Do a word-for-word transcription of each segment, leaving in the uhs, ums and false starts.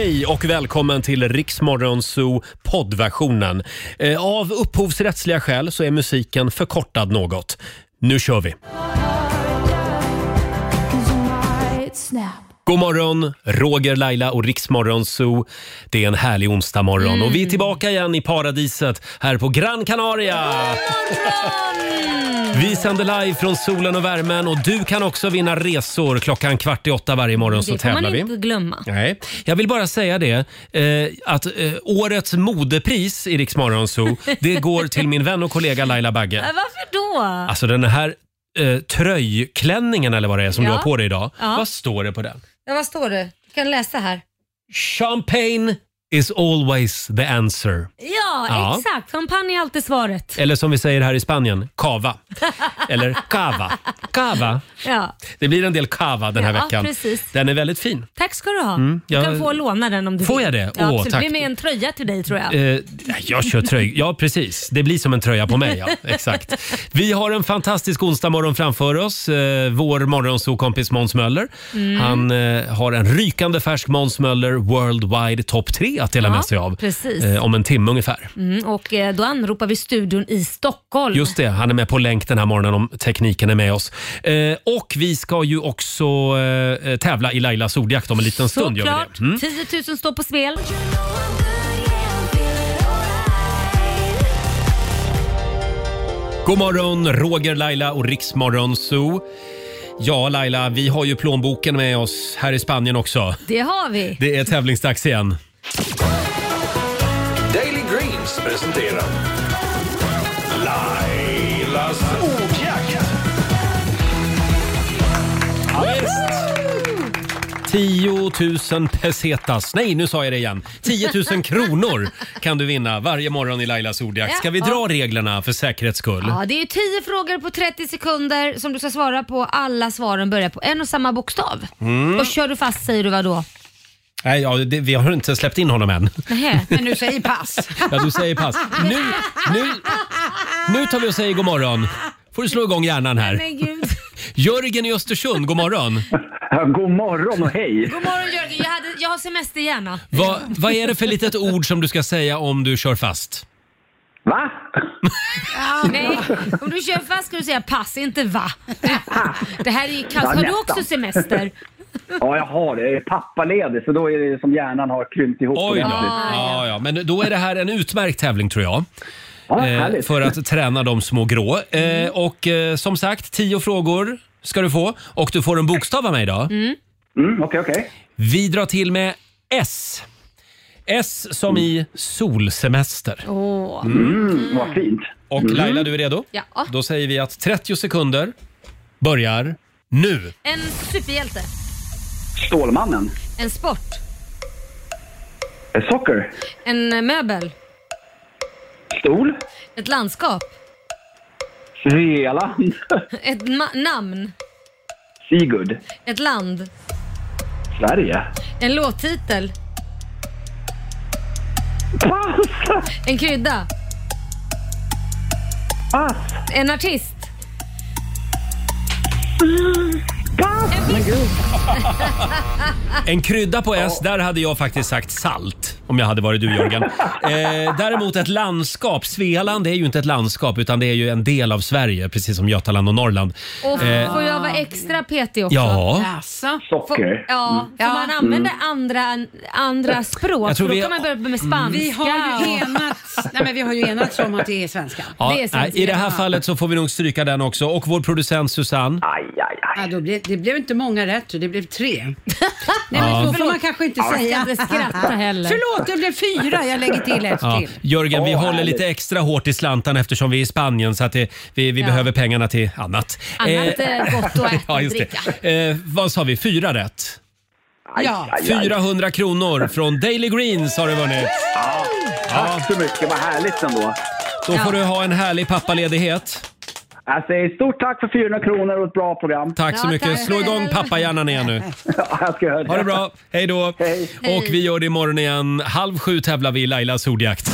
Hej och välkommen till Rix Morgon Zoo poddversionen. Eh, av upphovsrättsliga skäl så är musiken förkortad något. Nu kör vi! God morgon, Roger, Laila och Rix Morgon Zoo. Det är en härlig onsdag morgon mm. och vi är tillbaka igen i paradiset här på Gran Canaria. Vi sänder live från solen och värmen och du kan också vinna resor klockan kvart i åtta varje morgon, så tävlar vi. Det får man inte glömma. Nej, jag vill bara säga det eh, att eh, årets modepris i Rix Morgon Zoo, det går till min vän och kollega Laila Bagge. Varför då? Alltså den här eh, tröjklänningen eller vad det är som ja. du har på dig idag. Ja. Vad står det på den? Ja, vad står det? Du kan läsa här. Champagne is always the answer. Ja, ja. exakt. Champagne är alltid svaret. Eller som vi säger här i Spanien, cava. Eller cava. Cava. Ja. Det blir en del cava den här ja, veckan. Precis. Den är väldigt fin. Tack ska du ha. Mm, jag... Du kan få låna den om du Får vill. jag det? Ja, Åh, det tack. blir med en tröja till dig tror jag. Eh, jag kör tröj. Ja, precis. Det blir som en tröja på mig. Ja. Exakt. Vi har en fantastisk onsdag morgon framför oss. Eh, vår morgonsokompis Måns Möller. Mm. Han eh, har en rykande färsk Måns Möller Worldwide Top tre att dela ja, med sig av. Precis. Eh, om en timme ungefär. Mm, och eh, då anropar vi studion i Stockholm. Just det, han är med på länk den här morgonen om tekniken är med oss. Eh, och vi ska ju också eh, tävla i Lailas ordjakt om en liten stund. Såklart, gör vi det. Mm. tio tusen står på spel. God morgon, Roger, Laila och Rix Morgon Zoo. Ja, Laila, vi har ju plånboken med oss här i Spanien också. Det har vi. Det är tävlingsdags igen. Daily Greens presenterar Lailas ordjakt. Ja, tio tusen pesetas. Nej, nu sa jag det igen. tio tusen kronor kan du vinna varje morgon i Lailas ordjakt. Ska vi dra reglerna för säkerhets skull? Ja, det är tio frågor på trettio sekunder som du ska svara på. Alla svaren börjar på en och samma bokstav. Mm. Och kör du fast säger du vad då? Nej, ja, det, vi har inte släppt in honom än. Nähä, men du säger pass. Ja, du säger pass. Nu, nu, nu tar vi och säger god morgon. Får du slå igång hjärnan här. Men gud. Jörgen i Östersund, god morgon. Ja, god morgon och hej. God morgon Jörgen, jag, hade, jag har semesterhjärna. Va, vad är det för litet ord som du ska säga om du kör fast? Va? Ja, nej, om du kör fast ska du säga pass, inte va. Det här är ju kaos. Har du också semester? Ja, jag har det. Jag är pappaledig, så då är det som hjärnan har krympt ihop. Oj då. Ja, ja. Men då är det här en utmärkt tävling tror jag. Ja, eh, för att träna de små grå. Eh, och eh, som sagt, tio frågor ska du få. Och du får en bokstav av mig idag. Mm. Mm, okej, okej. Vi drar till med S. S som mm. i solsemester. Åh. Mm, vad fint. Och Laila, du är redo? Ja. Då säger vi att trettio sekunder börjar nu. En superhjälte. Stålmannen. En sport. Eh, Socker. En möbel. Stol. Ett landskap. Svealand. Ett ma- namn. Sigurd. Ett land. Sverige. En låttitel. Pass! En krydda. Pass! En artist. Pass! Men gud. En krydda på S, där hade jag faktiskt sagt salt. Om jag hade varit du, Jörgen. Eh, däremot ett landskap. Svealand är ju inte ett landskap utan det är ju en del av Sverige. Precis som Götaland och Norrland. Och Eh, får jag vara extra petig också? ja. Alltså. Får, Socker. ja, får Ja. man använda andra, andra språk? Jag tror För då vi- kan man börja med spanska. Vi har ju enats, nej men vi har ju enats om att det är svenska. Ja, det är sant. nej, i det här fallet så får vi nog stryka den också. Och vår producent Susanne. Aj, aj, Ja, aj. då blev, det blev inte många rätt, det blev tre. Nej Ja. men så får man kanske inte Jag säga. ska inte skratta heller. Förlåt, det blev fyra, jag lägger till ett Ja, till. Jörgen, vi Åh, håller härligt. lite extra hårt i slantan eftersom vi är i Spanien så att det, vi, vi Ja. behöver pengarna till annat. Annat eh, gott att äta ja, och just dricka. det. Eh, vad sa vi? Fyra rätt. aj, Ja. aj, aj. fyrahundra kronor från Daily Greens har du vunnit. Ja, tack så mycket. Vad härligt ändå. Då får du ha en härlig pappaledighet. Jag säger stort tack för fyrahundra kronor och ett bra program. Tack så Ja, mycket. tack. Slå igång pappahjärnan igen nu. Ja, jag ska göra det. Ha det bra. Hej då. Hej. Och vi gör det imorgon igen. Halv sju tävlar vi i Lailas ordjakt.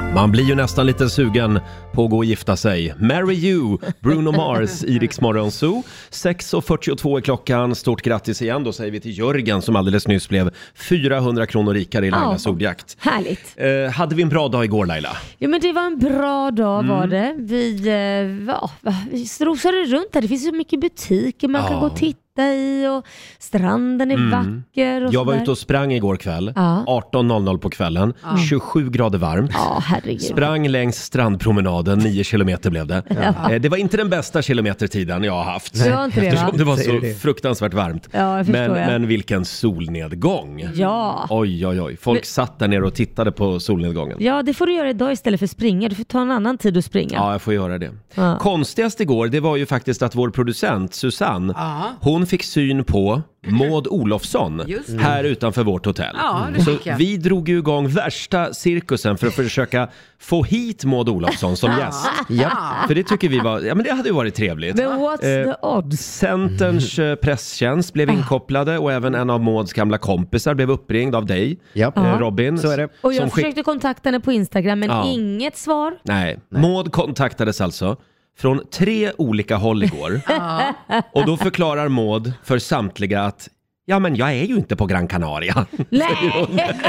Man blir ju nästan lite sugen på att gå och gifta sig. Marry You, Bruno Mars, i Rix Morgon Zoo. sex och fyrtiotvå är klockan. Stort grattis igen. Då säger vi till Jörgen som alldeles nyss blev fyrahundra kronor rikare i Lailas Ja. ordjakt. Härligt. Eh, hade vi en bra dag igår, Laila? Ja, men det var en bra dag Mm. var det. Vi, eh, va, va, vi strosade runt där. Det finns så mycket butiker man Ja. kan gå och titta i och stranden är Mm. vacker och Jag var sådär. ute och sprang igår kväll. Ja. arton noll noll på kvällen. tjugosju grader varmt. Ja, herregud. Sprang längs strandpromenaden, nio kilometer blev det. Eh, Det var inte den bästa kilometertiden jag har haft. Det var inte det, va? Eftersom det var Säger så det. fruktansvärt varmt. Ja, jag förstår men, jag. men vilken solnedgång. Ja. Oj, oj, oj. Folk Men- satt där nere och tittade på solnedgången. Ja, det får du göra idag istället för springa. Du får ta en annan tid att springa. Ja, jag får göra det. Ja. Konstigast igår, det var ju faktiskt att vår producent Susanne, Ja. hon fick syn på Maud Olofsson Just det. här utanför vårt hotell. Ja, det Så fick jag. vi drog ju igång värsta cirkusen för att försöka få hit Maud Olofsson som gäst. Ja. För det tycker vi var, ja men det hade ju varit trevligt. Men what's Eh, the odds? Centerns eh, presstjänst blev inkopplade och även en av Mauds gamla kompisar blev uppringd av dig, Ja. eh, Robin. Så är det. Och jag som skick- försökte kontakta henne på Instagram men Ja. inget svar. Nej, Maud kontaktades alltså från tre olika håll igår. Och då förklarar Maud för samtliga att ja men jag är ju inte på Gran Canaria. Nej!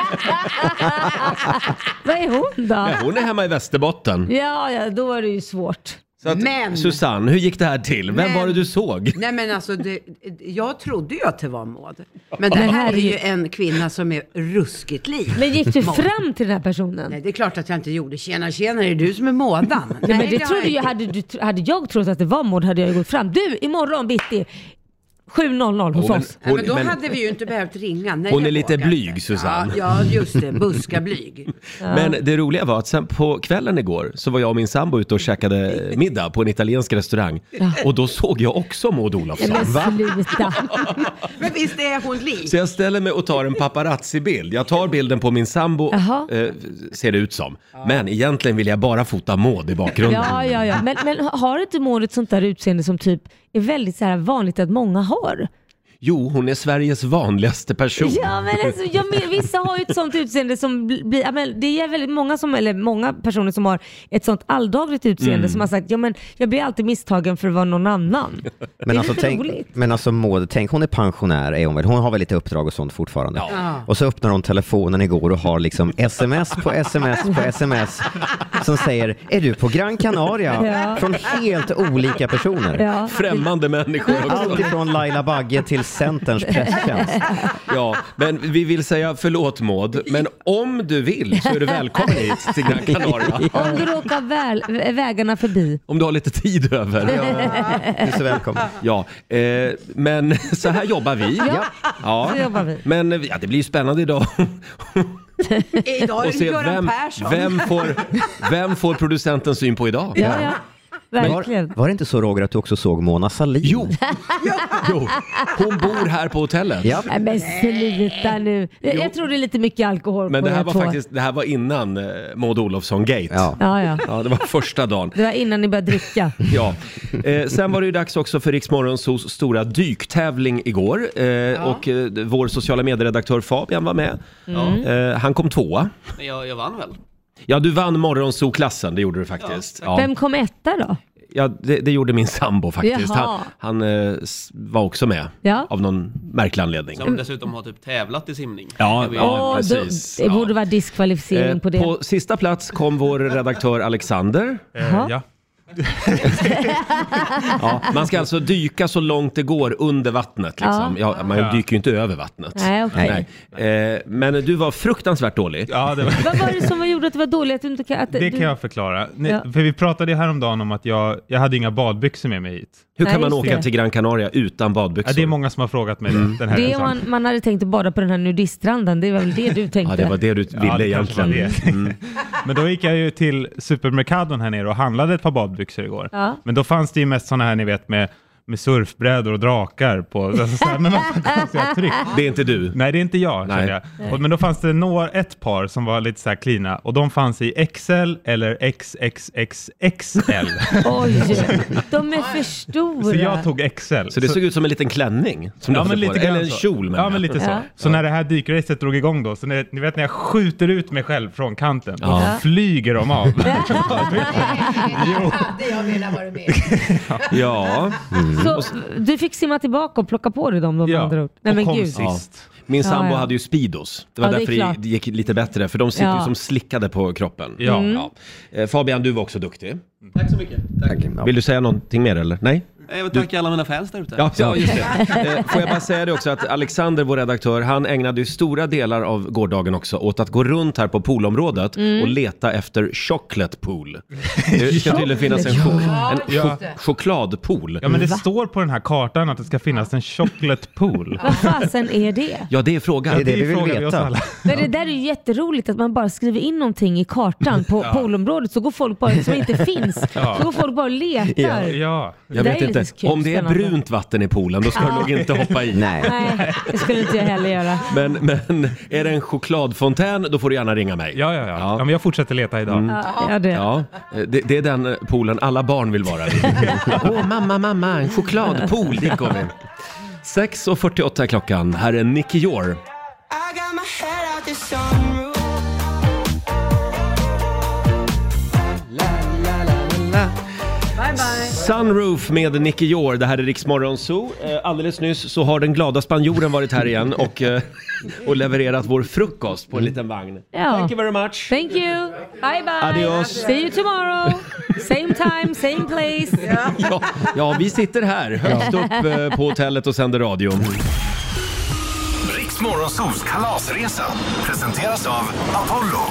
Vad är hon då? Nej, hon är hemma i Västerbotten. Ja, ja, då är det ju svårt. Så att, Men- Susanne, hur gick det här till? Vem Men- var det du såg? Nej men alltså, det, jag trodde ju att det var Maud. Men det Men här är ju herregud. en kvinna som är ruskigt lik. Men gick du Maud. fram till den här personen? Nej, det är klart att jag inte gjorde. Tjena, tjena, är det du som är Mådan? Nej, men det har trodde jag jag, inte. hade, du, hade jag trott att det var Maud hade jag ju gått fram. Du, imorgon bitti sju noll noll hos Oh, men- oss. Nej, men då men- hade vi ju inte behövt ringa. Nej, Hon är jag lite vågar blyg, inte. Susanne. Ja, ja, just det. Buskablyg. Men det roliga var att sen på kvällen igår så var jag och min sambo ute och käkade middag på en italiensk restaurang. Och då såg jag också Maud Olofsson. Men sluta. Men visst är hon lik? Så jag ställer mig och tar en paparazzi-bild. Jag tar bilden på min sambo, Jaha. eh, ser det ut som. Men egentligen vill jag bara fota Maud i bakgrunden. Ja, ja, ja. Men, men har inte Maud ett sånt där utseende som typ är väldigt så här vanligt att många har? Jo, hon är Sveriges vanligaste person. Ja, men alltså, jag men, vissa har ju ett sånt utseende som blir, ja, men det är väldigt många som, eller många personer som har ett sånt alldagligt utseende Mm. som har sagt, ja men jag blir alltid misstagen för att vara någon annan. det Men är alltså, lite tänk, roligt. men alltså Maud, tänk hon är pensionär, är hon väl? Hon har väl lite uppdrag och sånt fortfarande. Ja. Och så öppnar hon telefonen igår och har liksom sms på sms på sms som säger, är du på Gran Canaria? Ja. Från helt olika personer. Ja. Främmande människor också. Allt ifrån Laila Bagge till Centerns presstjänst. Ja, men vi vill säga förlåt Maud, men om du vill så är du välkommen hit till Gran Canaria. Om du råkar väl, vägarna förbi. Om du har lite tid över. Du är så välkommen. Ja, eh, men så här jobbar vi. Ja, Ja. så jobbar vi. Men ja, det blir ju spännande idag. Idag är Och det se Göran vem, Persson. vem, får, vem får producentens syn på idag? Ja, ja. Var, Verkligen. var det inte så, Roger, att du också såg Mona Sahlin? Jo, jo, hon bor här på hotellet. Ja. Nej, men sluta nu. Jag, jag tror det är lite mycket alkohol Men på det här er var två. faktiskt, det här var innan eh, Maud Olofsson-gate. Ja. Ja, ja. Ja, det var första dagen. Det var innan ni började dricka. Ja. Eh, sen var det ju dags också för Rix Morgonzoos stora dyktävling igår. Eh, Och eh, vår sociala medieredaktör Fabian var med. Eh, han kom tvåa. Men jag, jag vann väl? Ja, du vann Morgonzoo-klassen, det gjorde du faktiskt. Ja, Vem kom etta då? ja det, det gjorde min sambo faktiskt. Jaha. Han, han eh, s- var också med Ja. av någon märklig anledning. Som dessutom har typ tävlat i simning. Ja, Det var ju- ja. Åh, precis. då, det borde vara diskvalificering Eh, på det. på sista plats kom vår redaktör Alexander. Jaha. Ja. Ja, man ska alltså dyka så långt det går under vattnet. Liksom. Ja, man Ja. dyker ju inte över vattnet. Nej, okej. Nej. Eh, men du var fruktansvärt dålig. Ja, det, var, Vad var det som gjorde att det var dåligt? Att du inte kan, att det du... kan jag förklara. Ni, Ja. För vi pratade ju häromdagen om att jag, jag hade inga badbyxor med mig hit. Hur Nej, kan man just åka det. till Gran Canaria utan badbyxor? Ja, det är många som har frågat mig Mm. den här Det är resan. om man, man hade tänkt att bada på den här nudiststranden. Det var väl det du tänkte? Ja, det var det du ville Ja, det kanske egentligen. var det. Men då gick jag ju till Supermercadon här nere och handlade ett par badbyxor igår. Ja. Men då fanns det ju mest såna här, ni vet, med, med surfbrädor och drakar på. Alltså, så här, med massa konstiga tryck. Det är inte du. Nej, det är inte jag. Nej. Jag. Och, men då fanns det några, ett par som var lite så här klina. Och de fanns i X L eller X X X X L. Oj, de är för stora. Så jag tog X L. Så det såg ut som en liten klänning som ja, du men hade på lite dig. Eller grann en så. kjol. Ja, men lite så. Ja. Så när det här dykracet drog igång då, så när, ni vet när jag skjuter ut mig själv från kanten, Ja. då flyger de av. Jo. Det jag menar var du med. Ja. Så du fick simma tillbaka och plocka på dig dem de Ja. andra ord. Nej Och men kom gud. sist. Ja. Min sambo Ja, ja. hade ju Speedos. Det var Ja, det är därför klart. det gick lite bättre. För de sitter Ja. ju som slickade på kroppen. Ja. Mm. Ja. Eh, Fabian, du var också duktig. Tack så mycket. Tack. Ja. Vill du säga någonting mer eller? Nej? Jag vill tacka alla mina fans där ute. Ja, ja just det. Eh, får jag bara säga det också att Alexander, vår redaktör, han ägnade ju stora delar av gårdagen också åt att gå runt här på poolområdet och leta efter chocolate pool. Det ska tydligen finnas en, cho- en Ja. cho- chokladpool. Ja, men det står på den här kartan att det ska finnas en chocolate pool. Vad fasen är det? Ja, det är frågan. Det är det vi vill frågar vi oss veta. alla. Men det där är ju jätteroligt att man bara skriver in någonting i kartan på poolområdet så går folk bara, som inte finns, så går folk bara och letar. Ja. Jag Det vet är inte. lite kul, Om det är spännande. brunt vatten i poolen, då ska du nog inte hoppa i. Nej. Nej, det skulle inte jag heller göra. Men, men är det en chokladfontän, då får du gärna ringa mig. Ja, ja, ja. Ja, men jag fortsätter leta idag. Mm. Ja, ja, det. Ja, det, det är den poolen alla barn vill vara vid. Åh, mamma, mamma, en chokladpool, dit går vi. sex och fyrtioåtta är klockan. Här är Nicky Jor. Bye bye. Sunroof med Nicky Jor. Det här är Rix Morgon Zoo. Eh, Alldeles nyss så har den glada spanjoren varit här igen och, eh, och levererat vår frukost på en liten vagn. Ja. Thank you very much. Thank you. Bye bye. Adios. See you tomorrow. Same time, same place. Ja, ja, vi sitter här högst upp eh, på hotellet och sänder radion. Rix Morgonzoos kalasresa presenteras av Apollo.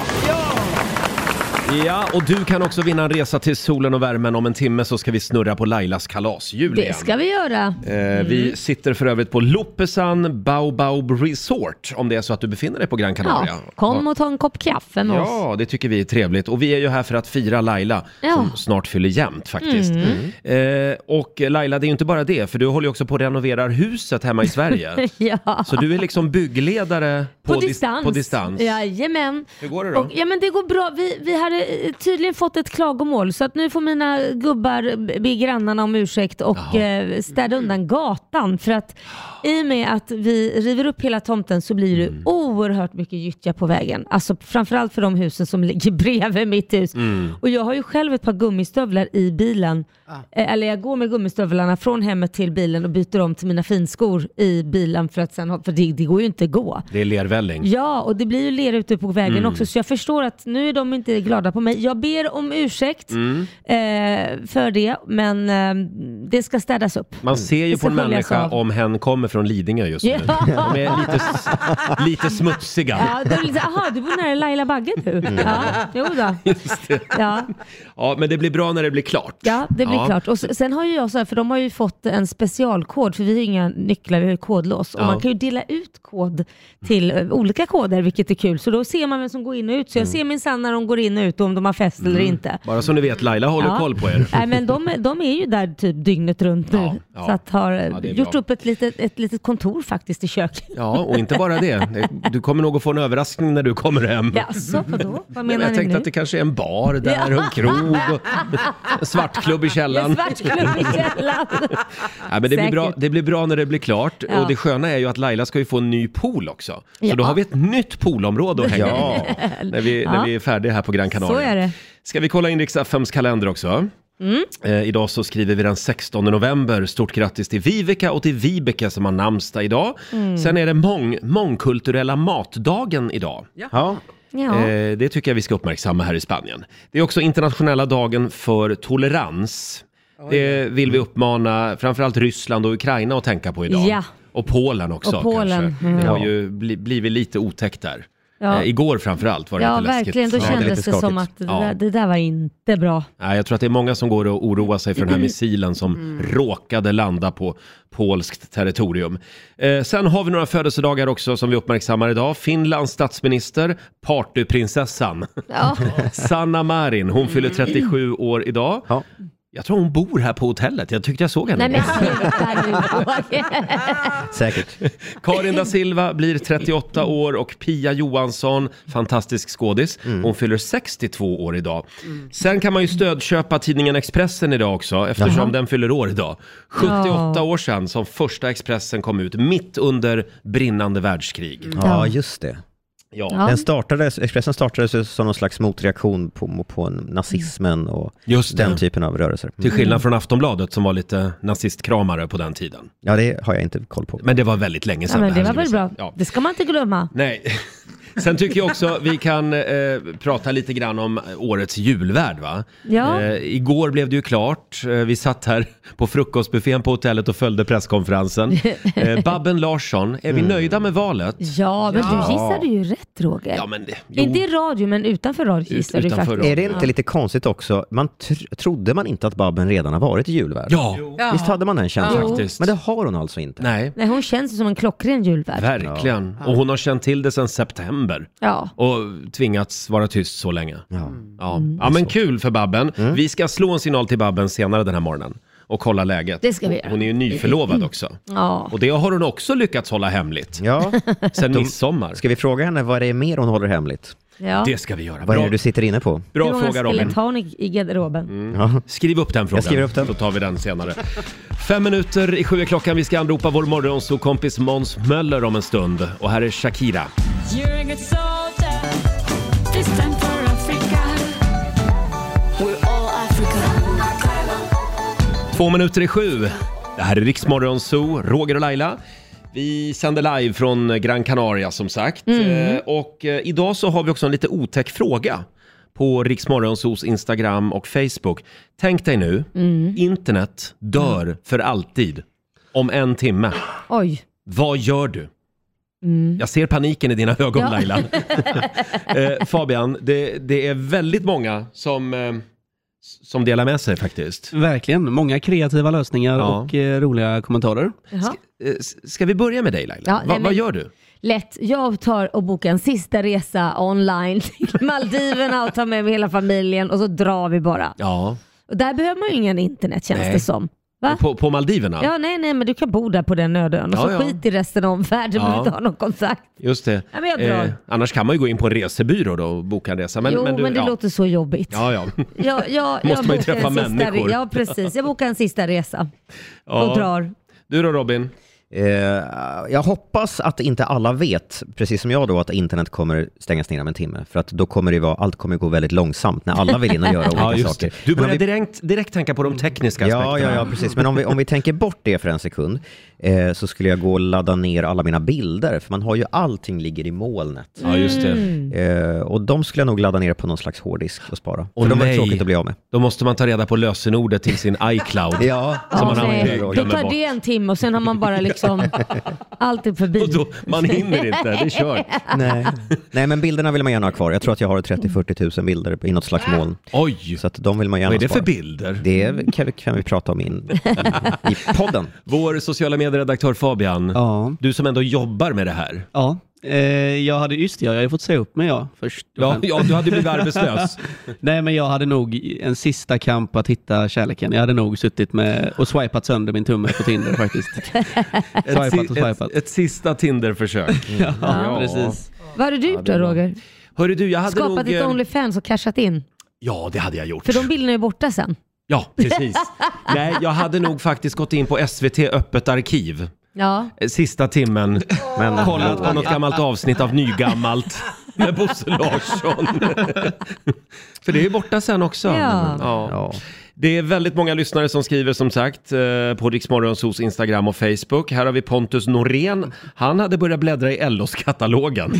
Ja, och du kan också vinna en resa till solen och värmen. Om en timme så ska vi snurra på Lailas kalashjul igen. Det ska vi göra. Eh, vi sitter för övrigt på Loppesan Baobab Resort, om det är så att du befinner dig på Gran Canaria. Ja, kom och ta en kopp kaffe med oss. Ja, det tycker vi är trevligt. Och vi är ju här för att fira Laila, Ja. som snart fyller jämnt faktiskt. Eh, och Laila, det är ju inte bara det, för du håller ju också på att renovera huset hemma i Sverige. Ja. Så du är liksom byggledare på, På dis- distans. på distans. Jajamän. Hur går det då? Och, ja men det går bra. Vi, vi hade eh, tydligen fått ett klagomål så att nu får mina gubbar be grannarna om ursäkt och eh, städa undan gatan för att i och med att vi river upp hela tomten så blir det Mm. oerhört mycket gyttja på vägen. Alltså framförallt för de husen som ligger bredvid mitt hus. Mm. Och jag har ju själv ett par gummistövlar i bilen. Eh, eller jag går med gummistövlarna från hemmet till bilen och byter om till mina finskor i bilen för att sen ha, för det, det går ju inte att gå. Det är lervälling. Ja, och det blir ju lera ute på vägen Mm. också. Så jag förstår att nu är de inte glada på mig. Jag ber om ursäkt Mm. eh, för det, men eh, det ska städas upp. Man ser ju Det på en ska sköljas människa av. om hen kommer från Lidingö just nu. Ja. De är lite, s- lite smutsiga. Ja, då är det lite, aha, du bor nära Laila Bagge du. Ja, jo då. Mm. Just det. Ja, Ja, men det blir bra när det blir klart. ja, det blir Ja. klart. Och s- sen har ju jag så här, för de har ju fått en specialkod, för vi har ju inga nycklar, vi har ju kodlås. Och Ja. man kan ju dela ut kod till eh, olika koder, vilket är kul. Så då ser man vem som går in och ut. Så jag Mm. ser minsann när de går in och ut och om de har fest eller inte. Bara så ni vet, Laila håller Ja. koll på er. Nej, men de, de är ju där typ dygnet runt nu. Ja, ja. Så att har Ja, det är gjort bra. upp ett litet, ett litet kontor faktiskt i köket. Ja, och inte bara det. Du kommer nog att få en överraskning när du kommer hem. Jaså, vadå? Vad menar Jag ni tänkte nu? att det kanske är en bar där, och en krog och en svartklubb i källaren. En svartklubb i källaren. Ja, men det, blir bra, Säkert. det blir bra när det blir klart. Ja. Och det sköna är ju att Laila ska ju få en ny pool också. Så Ja. då har vi ett nytt poolområde att hänga Ja. i när vi, Ja. när vi är färdiga här på Gran Canaria. Så är det. Ska vi kolla in Rix F M:s kalender också? Mm. Eh, idag så skriver vi den sextonde november. Stort grattis till Viveka och till Vibeke som har namnsdag idag. Mm. Sen är det mång, mångkulturella matdagen idag. Ja. Ja. Eh, det tycker jag vi ska uppmärksamma här i Spanien. Det är också internationella dagen för tolerans. Det vill vi uppmana framförallt Ryssland och Ukraina att tänka på idag. Ja. Och Polen också Och Polen, kanske. mm. Det har Ja. ju bli, blivit lite otäckt där. Ja. Eh, igår framförallt var det Ja, lite läskigt. verkligen. Då Ja, kändes lite det skakigt. som att det, Ja. där, det där var inte bra. Nej, jag tror att det är många som går och oroar sig för den här missilen som Mm. råkade landa på polskt territorium. Eh, sen har vi några födelsedagar också som vi uppmärksammar idag. Finlands statsminister, partyprinsessan Ja. Sanna Marin, hon fyller trettiosju år idag. Ja. Jag tror hon bor här på hotellet. Jag tyckte jag såg henne. Nej, men sluta nu, Roger. Säkert. Karin da Silva blir trettioåtta år och Pia Johansson, fantastisk skådis. Mm. Hon fyller sextiotvå år idag. Mm. Sen kan man ju stödköpa tidningen Expressen idag också, eftersom Jaha. den fyller år idag. sjuttioåtta ja. år sedan som första Expressen kom ut, mitt under brinnande världskrig. Mm. Ja, just det. Ja. Den startades, Expressen startades som någon slags motreaktion på, på nazismen och Just den typen av rörelser. Till skillnad mm. från Aftonbladet som var lite nazistkramare på den tiden. Ja, det har jag inte koll på. Men det var väldigt länge sedan. Ja, men det, det var väl bra. Ja. Det ska man inte glömma. Nej. Sen tycker jag också vi kan eh, prata lite grann om årets julvärd, va? Ja. Eh, igår blev det ju klart. Eh, vi satt här på frukostbuffén på hotellet och följde presskonferensen. Eh, Babben Larsson, är vi mm. nöjda med valet? Ja, men ja. du gissade ju rätt, Roger. Ja, men det, jo. Inte i radio, men utanför radio gissade Ut, du faktiskt. Är det inte lite konstigt också? Man tr- trodde man inte att Babben redan har varit julvärd? Ja. ja. Visst hade man den känslan? Ja. Men det har hon alltså inte. Nej. Nej, hon känns som en klockren julvärd. Verkligen. Ja. Och hon har känt till det sedan september. Ja. Och tvingats vara tyst så länge. Ja, ja. Mm. ja men kul för Babben. Mm. Vi ska slå en signal till Babben senare den här morgonen och kolla läget. Det ska vi göra. Hon är ju nyförlovad också. Ja. Och det har hon också lyckats hålla hemligt. Ja. Sen midsommar. Ska vi fråga henne vad det är mer hon håller hemligt? Ja. Det ska vi göra. Vad är det du sitter inne på? Bra fråga, Robin. Hur många i garderoben? Mm. Ja. Skriv upp den frågan. Jag skriver upp den. Så tar vi den senare. Fem minuter i sju klockan. Vi ska anropa vår morgonsåkompis Måns Möller om en stund. Och här är Shakira. Två minuter i sju. Det här är Riksmorgon Zoo, Roger och Laila. Vi sänder live från Gran Canaria som sagt. Mm. Eh, och eh, idag så har vi också en lite otäck fråga på Riksmorgon Zoos Instagram och Facebook. Tänk dig nu, mm. internet dör mm. för alltid om en timme. Oj. Vad gör du? Mm. Jag ser paniken i dina ögon, ja. Laila. eh, Fabian, det, det är väldigt många som... Eh, som delar med sig faktiskt. Verkligen, många kreativa lösningar ja. och eh, roliga kommentarer. Ska, eh, ska vi börja med dig, Laila? Ja, Va, nej, vad gör du? Lätt, jag tar och bokar en sista resa online till Maldiverna och tar med mig hela familjen och så drar vi bara. Ja. Och där behöver man ju ingen internet, känns nej. det som. Va? På, på Maldiverna? Ja, nej, nej, men du kan bo där på den ödön. Och ja, så ja. skit i resten av världen om ja. du inte har någon kontakt. Just det. Ja, men jag drar. Eh, annars kan man ju gå in på en resebyrå då och boka en resa. Men, jo, men, du, men det ja. låter så jobbigt. Ja, ja. ja, ja måste man ju träffa människor. Re- ja, precis. Jag bokar en sista resa ja. och drar. Du då, Robin? Eh, jag hoppas att inte alla vet, precis som jag då, att internet kommer stängas ner om en timme. För att då kommer det vara, allt kommer gå väldigt långsamt när alla vill in och göra olika ja, saker. Du börjar vi... direkt, direkt tänka på de tekniska ja, aspekterna. Ja, ja, precis. Men om vi, om vi tänker bort det för en sekund eh, så skulle jag gå och ladda ner alla mina bilder. För man har ju allting ligger i molnet. Ja, just det. Eh, och de skulle jag nog ladda ner på någon slags hårddisk och spara. Och för de är tråkigt att bli av med. Då måste man ta reda på lösenordet till sin iCloud. ja, som man nej. Då tar det en timme och sen har man bara liksom allt är förbi. Och då, man hinner inte, det är kört. Nej. Nej, men bilderna vill man gärna ha kvar. Jag tror att jag har trettio till fyrtio tusen bilder i något slags moln. Oj! Så att de vill man gärna Vad är det spara. för bilder? Det kan vi, kan vi prata om in, i podden. Vår sociala medieredaktör Fabian, ja. du som ändå jobbar med det här. Ja. Eh, jag hade just jag hade fått säga upp mig ja, först. Ja, ja, du hade blivit arbetslös. Nej, men jag hade nog en sista kamp att hitta kärleken. Jag hade nog suttit med och swipat sönder min tumme på Tinder faktiskt. ett, si- ett, ett sista Tinder-försök. Mm. Ja, ja, precis. Vad hade du gjort då, Roger? Hörru, du, jag hade Skapat nog... ett OnlyFans och cashat in. Ja, det hade jag gjort. För de bilderna är borta sen. Ja, precis. Nej, jag hade nog faktiskt gått in på S V T Öppet arkiv. Ja. Sista timmen. Men kollat på något gammalt avsnitt av Nygammalt med Bosse Larsson. För det är borta sen också. Ja. Ja. Ja. Det är väldigt många lyssnare som skriver som sagt på Riksmorgonsos Instagram och Facebook. Här har vi Pontus Norén. Han hade börjat bläddra i L O's-katalogen.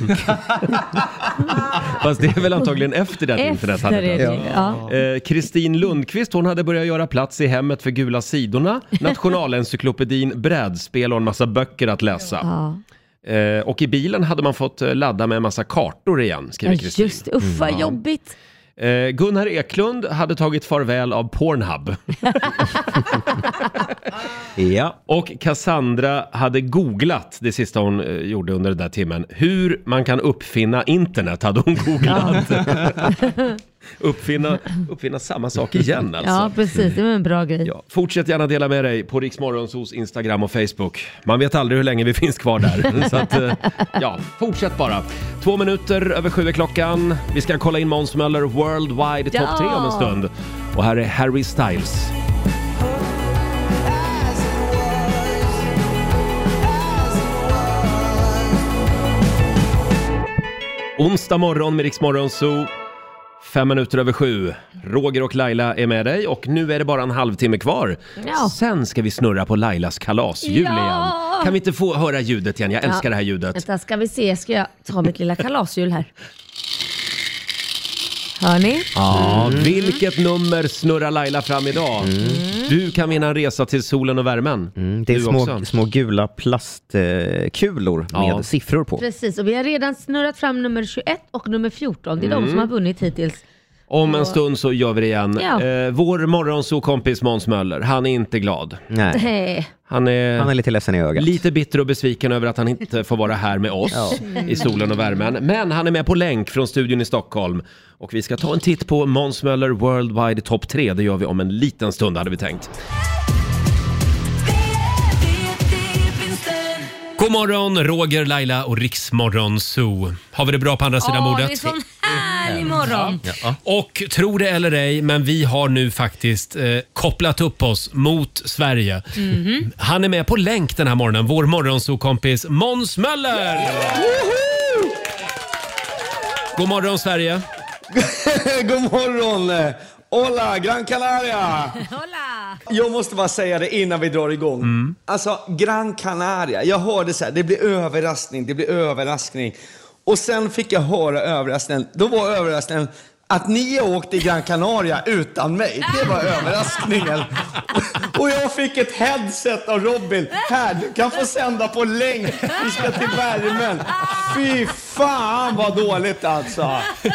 Fast det är väl antagligen efter det att efter internet hade det. Ja. Kristin eh, Lundqvist, hon hade börjat göra plats i hemmet för gula sidorna. Nationalencyklopedin, brädspel och en massa böcker att läsa. Ja. Eh, och i bilen hade man fått ladda med en massa kartor igen, skriver Kristin. Just, usch vad mm. jobbigt. Eh, Gunnar Eklund hade tagit farväl av Pornhub. Ja. Och Cassandra hade googlat, det sista hon eh, gjorde under den där timmen, hur man kan uppfinna internet hade hon googlat. uppfinna, uppfinna samma sak igen alltså. Ja, precis. Det var en bra grej. Ja, fortsätt gärna dela med dig på Rix Morgonzos Instagram och Facebook. Man vet aldrig hur länge vi finns kvar där. Så att, ja, fortsätt bara. Två minuter över sju är klockan. Vi ska kolla in Måns Möller Worldwide Ja. topp tre om en stund. Och här är Harry Styles. Onsdag morgon med Rix Morgonzoo. Fem minuter över sju. Roger och Laila är med dig och nu är det bara en halvtimme kvar. Ja. Sen ska vi snurra på Lailas kalasjul Ja. igen. Kan vi inte få höra ljudet igen? Jag älskar Ja. det här ljudet. Vänta, ska vi se. Ska jag ta mitt lilla kalashjul här? Hör ni? Ja, vilket nummer snurrar Laila fram idag? Du kan vinna en resa till solen och värmen. Mm, det är Du små, också. små gula plastkulor Ja. med siffror på. Precis, och vi har redan snurrat fram nummer tjugoett och nummer fjorton. Det är de som har vunnit hittills. Om en stund så gör vi det igen. Ja. Eh, vår morgonsokompis Måns Möller, han är inte glad. Nej. Nej. Han är... Han är lite ledsen i ögat. Lite bitter och besviken över att han inte får vara här med oss i solen och värmen. Men han är med på länk från studion i Stockholm. Och vi ska ta en titt på Måns Möller Worldwide topp tre. Det gör vi om en liten stund, hade vi tänkt. God morgon, Roger, Laila och Rix Morgonzoo. Har vi det bra på andra sidan Åh, bordet? det är sån härlig morgon. Ja. Och tro det eller ej, men vi har nu faktiskt eh, kopplat upp oss mot Sverige. Mhm. Han är med på länk den här morgonen, vår morgonsokompis Måns Möller! God morgon Sverige! God morgon! Hola, Gran Canaria! Hola! Jag måste bara säga det innan vi drar igång. Mm. Alltså, Gran Canaria. Jag hörde så här, det blir överraskning, det blir överraskning. Och sen fick jag höra överraskningen. Då var överraskningen att ni åkte i Gran Canaria utan mig. Det var överraskningen. Och jag fick ett headset av Robin. Här, du kan få sända på länk. Vi ska till värmen. Fy fan vad dåligt alltså.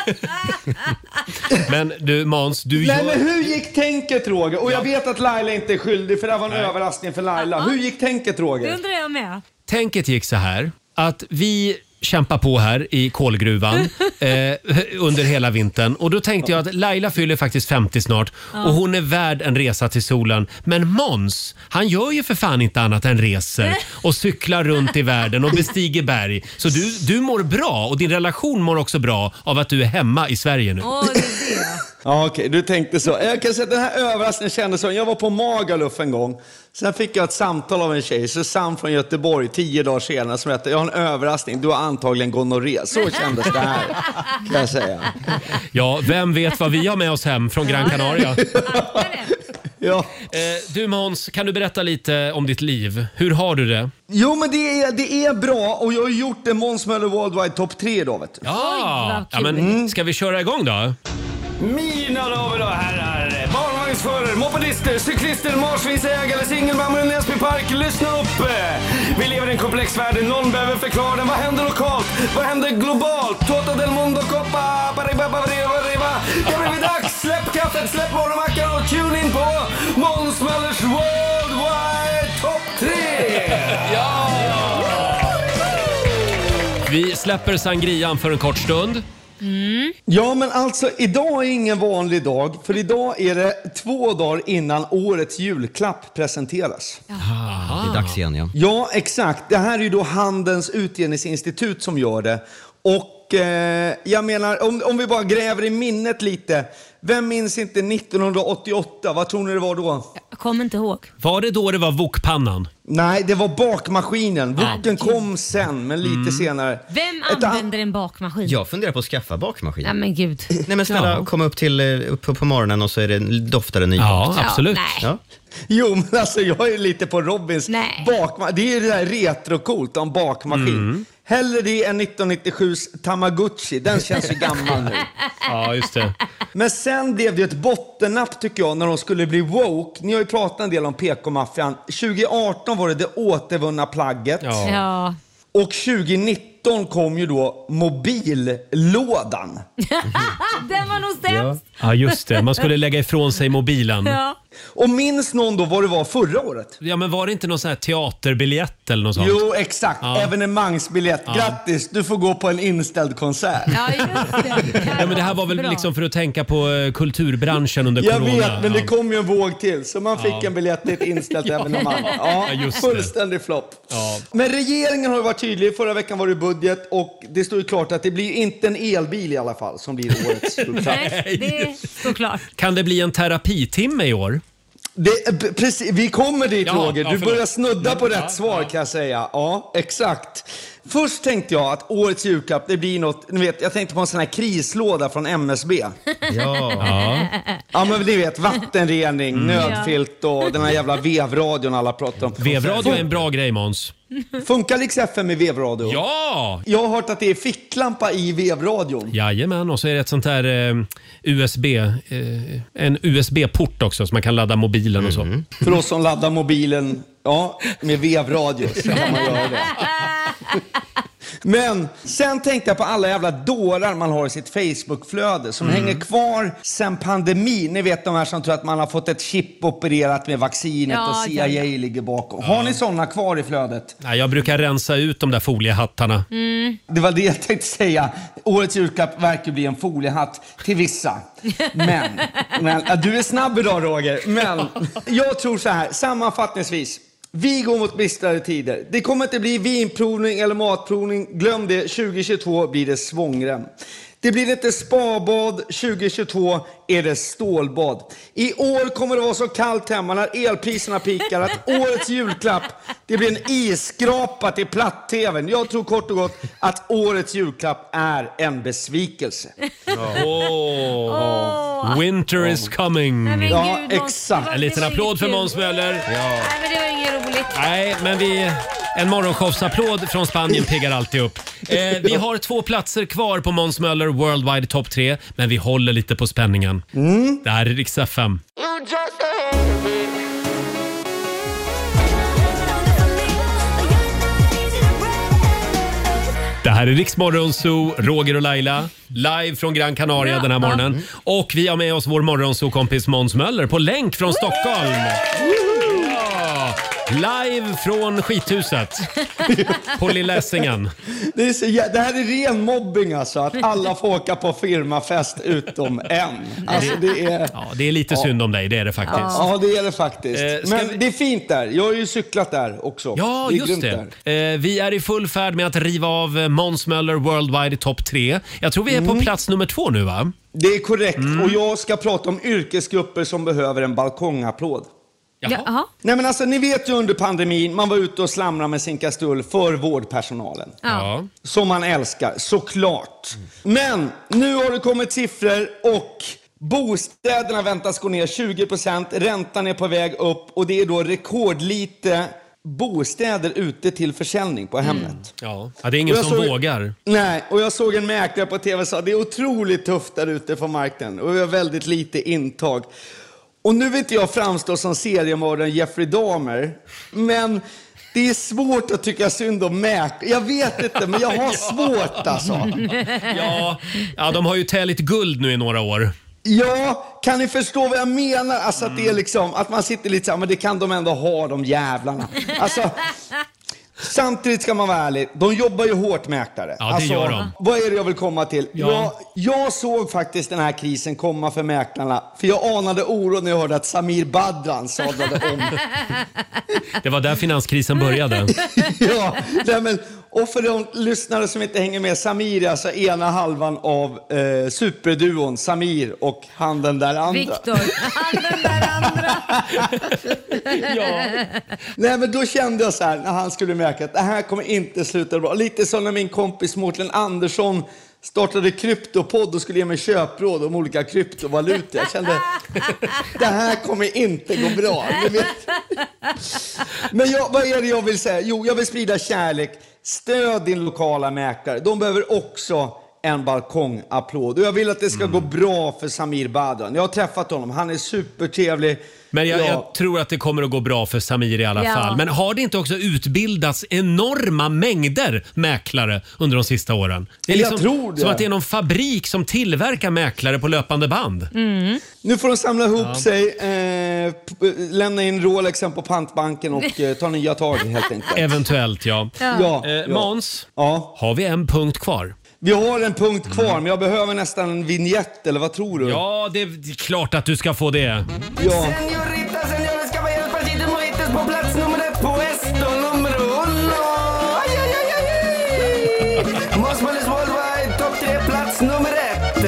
Men du Måns, du Nej gör... men hur gick tänket Roger? Och jag vet att Laila inte är skyldig för det var en överraskning för Laila. Hur gick tänket Det Roger? undrar jag med. Tänket gick så här, att vi kämpar på här i kolgruvan eh, under hela vintern. Och då tänkte jag att Laila fyller faktiskt femtio snart och hon är värd en resa till solen. Men Måns, han gör ju för fan inte annat än reser och cyklar runt i världen och bestiger berg. Så du, du mår bra och din relation mår också bra av att du är hemma i Sverige nu. Åh, det är det. Ja okej, du tänkte så. Jag kan säga att den här överraskningen kändes så. Jag var på Magaluf en gång. Sen fick jag ett samtal av en tjej, Susanne från Göteborg, tio dagar senare som berättade, jag har en överraskning, du har antagligen gonorré. Så kändes det här, kan jag säga. Ja, vem vet vad vi har med oss hem från Gran Canaria? Ja. Eh, du Måns, kan du berätta lite om ditt liv? Hur har du det? Jo men det är, det är bra och jag har gjort en Måns Möller Worldwide topp tre idag vet du. Ja, vad ja kul. men ska vi köra igång då? Mina damer och herrar, barnvagnsförare, mopedister, cyklister, marsvinsägare, singelmammor i Näsby Park, lyssna upp! Vi lever i en komplex värld, någon behöver förklara den. Vad händer lokalt? Vad händer globalt? Toto del mundo coppa, bariba, bariba, bariba. Det blir dags, släpp kaffet, släpp morgonmackan och tune in på Måns Möllers Worldwide topp tre! Ja! Vi släpper sangrian för en kort stund. Ja, men alltså idag är ingen vanlig dag. För idag är det två dagar innan årets julklapp presenteras. Det är dags igen, ja. Ja, exakt. Det här är ju då Handelns utgivningsinstitut som gör det. Och eh, jag menar, om, om vi bara gräver i minnet lite. Vem minns inte nittonhundraåttioåtta? Vad tror ni det var då? Jag kommer inte ihåg. Var det då det var wokpannan? Nej, det var bakmaskinen. Woken kom sen, men lite senare. Vem Ett an- använder en bakmaskin? Jag funderar på att skaffa bakmaskin. Nej men gud. Nej men snälla, Ja. komma upp till eh, upp på, på morgonen och så är det doftar det nybakt. Ja, absolut. nej. Ja. Jo, men alltså jag är lite på Robins Nej. bakmaskin. Det är ju det där retrocoolt, en bakmaskin. Hellre det än nittonhundranittiosjus Tamagotchi. Den känns ju gammal nu. Ja, just det. Men sen blev det ett bottennapp tycker jag när de skulle bli woke. Ni har ju pratat en del om P K-maffian. tjugo arton var det det återvunna plagget. Ja. Ja. Och tjugo nitton kom ju då mobillådan. Den var nog sämst. Ja, just det. Man skulle lägga ifrån sig mobilen. Ja. Och minns någon då vad det var förra året? Ja, men var det inte någon sån här teaterbiljett eller något sånt? Jo, exakt. Ja. Evenemangsbiljett. Ja. Grattis, du får gå på en inställd konsert. Ja, just det. Ja, men det här var väl Bra. liksom för att tänka på eh, kulturbranschen under Jag corona. vet, men det Ja. kom ju en våg till. Så man fick Ja. en biljett till ett inställt evenemang. Ja, Ja, just det. fullständig flopp. Ja. Men regeringen har ju varit tydlig. Förra veckan var det budget och det står ju klart att det blir inte en elbil i alla fall som blir årets julklapp. Nej, det står klart. Kan det bli en terapitimme i år? Det, precis, vi kommer dit Ja, Roger. ja, Du förlåt. börjar snudda på Ja, rätt svar ja. kan jag säga. Ja, exakt. Först tänkte jag att årets julklapp, det blir något, ni vet, jag tänkte på en sån här krislåda från M S B. Ja. Ja. Ja, men ni vet, vattenrening, Mm. nödfilt och den här jävla vevradion alla pratar om. Vevradio är en bra grej, Måns. Funkar Rix F M med vevradio? Ja! Jag har hört att det är ficklampa i vevradion. Jajamän, och så är det ett sånt här eh, U S B, eh, en U S B-port också så man kan ladda mobilen och så. För oss som laddar mobilen, ja, med vevradio så kan man göra det. Men sen tänkte jag på alla jävla dårar man har i sitt Facebook-flöde som Mm. hänger kvar sen pandemin. Ni vet de här som tror att man har fått ett chip opererat med vaccinet Ja, och C I ja, A ja. ligger bakom. Har ni sådana kvar i flödet? Nej, jag brukar rensa ut de där foliehattarna. Det var det jag tänkte säga. Årets julklapp verkar bli en foliehatt till vissa. Men, men ja, du är snabb idag Roger. Men jag tror så här, sammanfattningsvis. Vi går mot bistrare tider. Det kommer inte bli vinprovning eller matprovning. Glöm det, tjugohundratjugotvå blir det svångrem. Det blir inte spabad, tjugohundratjugotvå är det stålbad. I år kommer det vara så kallt hemma när elpriserna pikar att årets julklapp, det blir en isskrapa till platt-tvn. Jag tror kort och gott att årets julklapp är en besvikelse. Oh. Winter is coming. Nej, men Ja, gud, Måns, exakt. det var- En liten det var applåd för kul. Måns Möller. Nej, men det var inget roligt. Nej, men vi... En morgonshowsapplåd från Spanien piggar alltid upp. Eh, vi har två platser kvar på Måns Möller Worldwide Top tre, men vi håller lite på spänningen. Mm. Det här är Rix F M. Det här är Rix Morgon Zoo, Roger och Laila, live från Gran Canaria den här morgonen. Och vi har med oss vår morgonzoo-kompis Måns Möller på länk från Stockholm. Ja, live från skithuset på Lilla Essingen. Det, är så, jä- det här är ren mobbing alltså, att alla får åka på firmafest utom en. Alltså det är... Ja, det är lite synd om dig, det är det faktiskt. Ja, det är det faktiskt. Eh, ska Men vi- det är fint där. Jag har ju cyklat där också. Ja, är just grymt det. där. Eh, vi är i full färd med att riva av eh, Måns Möller Worldwide Top tre. Jag tror vi är på plats nummer två nu, va? Det är korrekt. Mm. Och jag ska prata om yrkesgrupper som behöver en balkongapplåd. Jaha. Jaha. Nej men alltså, ni vet ju under pandemin, man var ute och slamrade med sin kastrull för vårdpersonalen. Ja. Som man älskar, såklart. Men nu har det kommit siffror och bostäderna väntas gå ner tjugo procent. Räntan är på väg upp och det är då rekordlite bostäder ute till försäljning på Hemnet. Ja. ja, det är ingen Och jag som såg- vågar. Nej, och jag såg en mäklare på tv och sa det är otroligt tufft där ute på marknaden och vi har väldigt lite intag. Och nu vill inte jag framstå som seriemördaren Jeffrey Dahmer, men det är svårt att tycka synd om mäklare. Jag vet inte, men jag har svårt alltså. Ja, ja, de har ju täljt guld nu i några år. Ja, kan ni förstå vad jag menar? Alltså att det är liksom, att man sitter lite så här, men det kan de ändå ha, de jävlarna. Alltså, samtidigt ska man vara ärlig, de jobbar ju hårt mäklare. Ja, det alltså, gör de. Vad är det jag vill komma till? Ja. Jag, jag såg faktiskt den här krisen komma för mäklarna, för jag anade oro när jag hörde att Samir Badran sadlade om. Det var där finanskrisen började. Ja, nej men, och för de lyssnare som inte hänger med, Samir är alltså ena halvan av eh, superduon Samir och han den där andra. Viktor, han den där andra. Ja. Nej men då kände jag så här när han skulle märka att det här kommer inte sluta bra. Lite som när min kompis Mårten Andersson startade kryptopodd och skulle ge mig köpråd om olika kryptovalutor. Jag kände, det här kommer inte gå bra. Ni vet. Men jag, vad är det jag vill säga? Jo, jag vill sprida kärlek. Stöd din lokala mäklare. De behöver också en balkongapplåd. Och jag vill att det ska mm. gå bra för Samir Badran. Jag har träffat honom, han är supertrevlig. Men jag, ja. jag tror att det kommer att gå bra för Samir i alla ja. fall. Men har det inte också utbildats enorma mängder mäklare under de sista åren? Det är liksom jag tror det. Som att det är någon fabrik som tillverkar mäklare på löpande band. Mm. Nu får de samla ihop ja. sig, eh, p- lämna in Rolexen på pantbanken och eh, ta nya tag helt enkelt. Eventuellt, ja. ja. ja, Eh, ja. Måns, ja. har vi en punkt kvar? Vi har en punkt kvar, men jag behöver nästan en vignett, eller vad tror du? Ja, det är klart att du ska få det. Ja. Señorita, señores, caballeros, partido mojitos på plats nummer ett på esto nummer uno. Aj, aj, aj, aj, aj. Mosmales Worldwide, topp tre, plats nummer ett.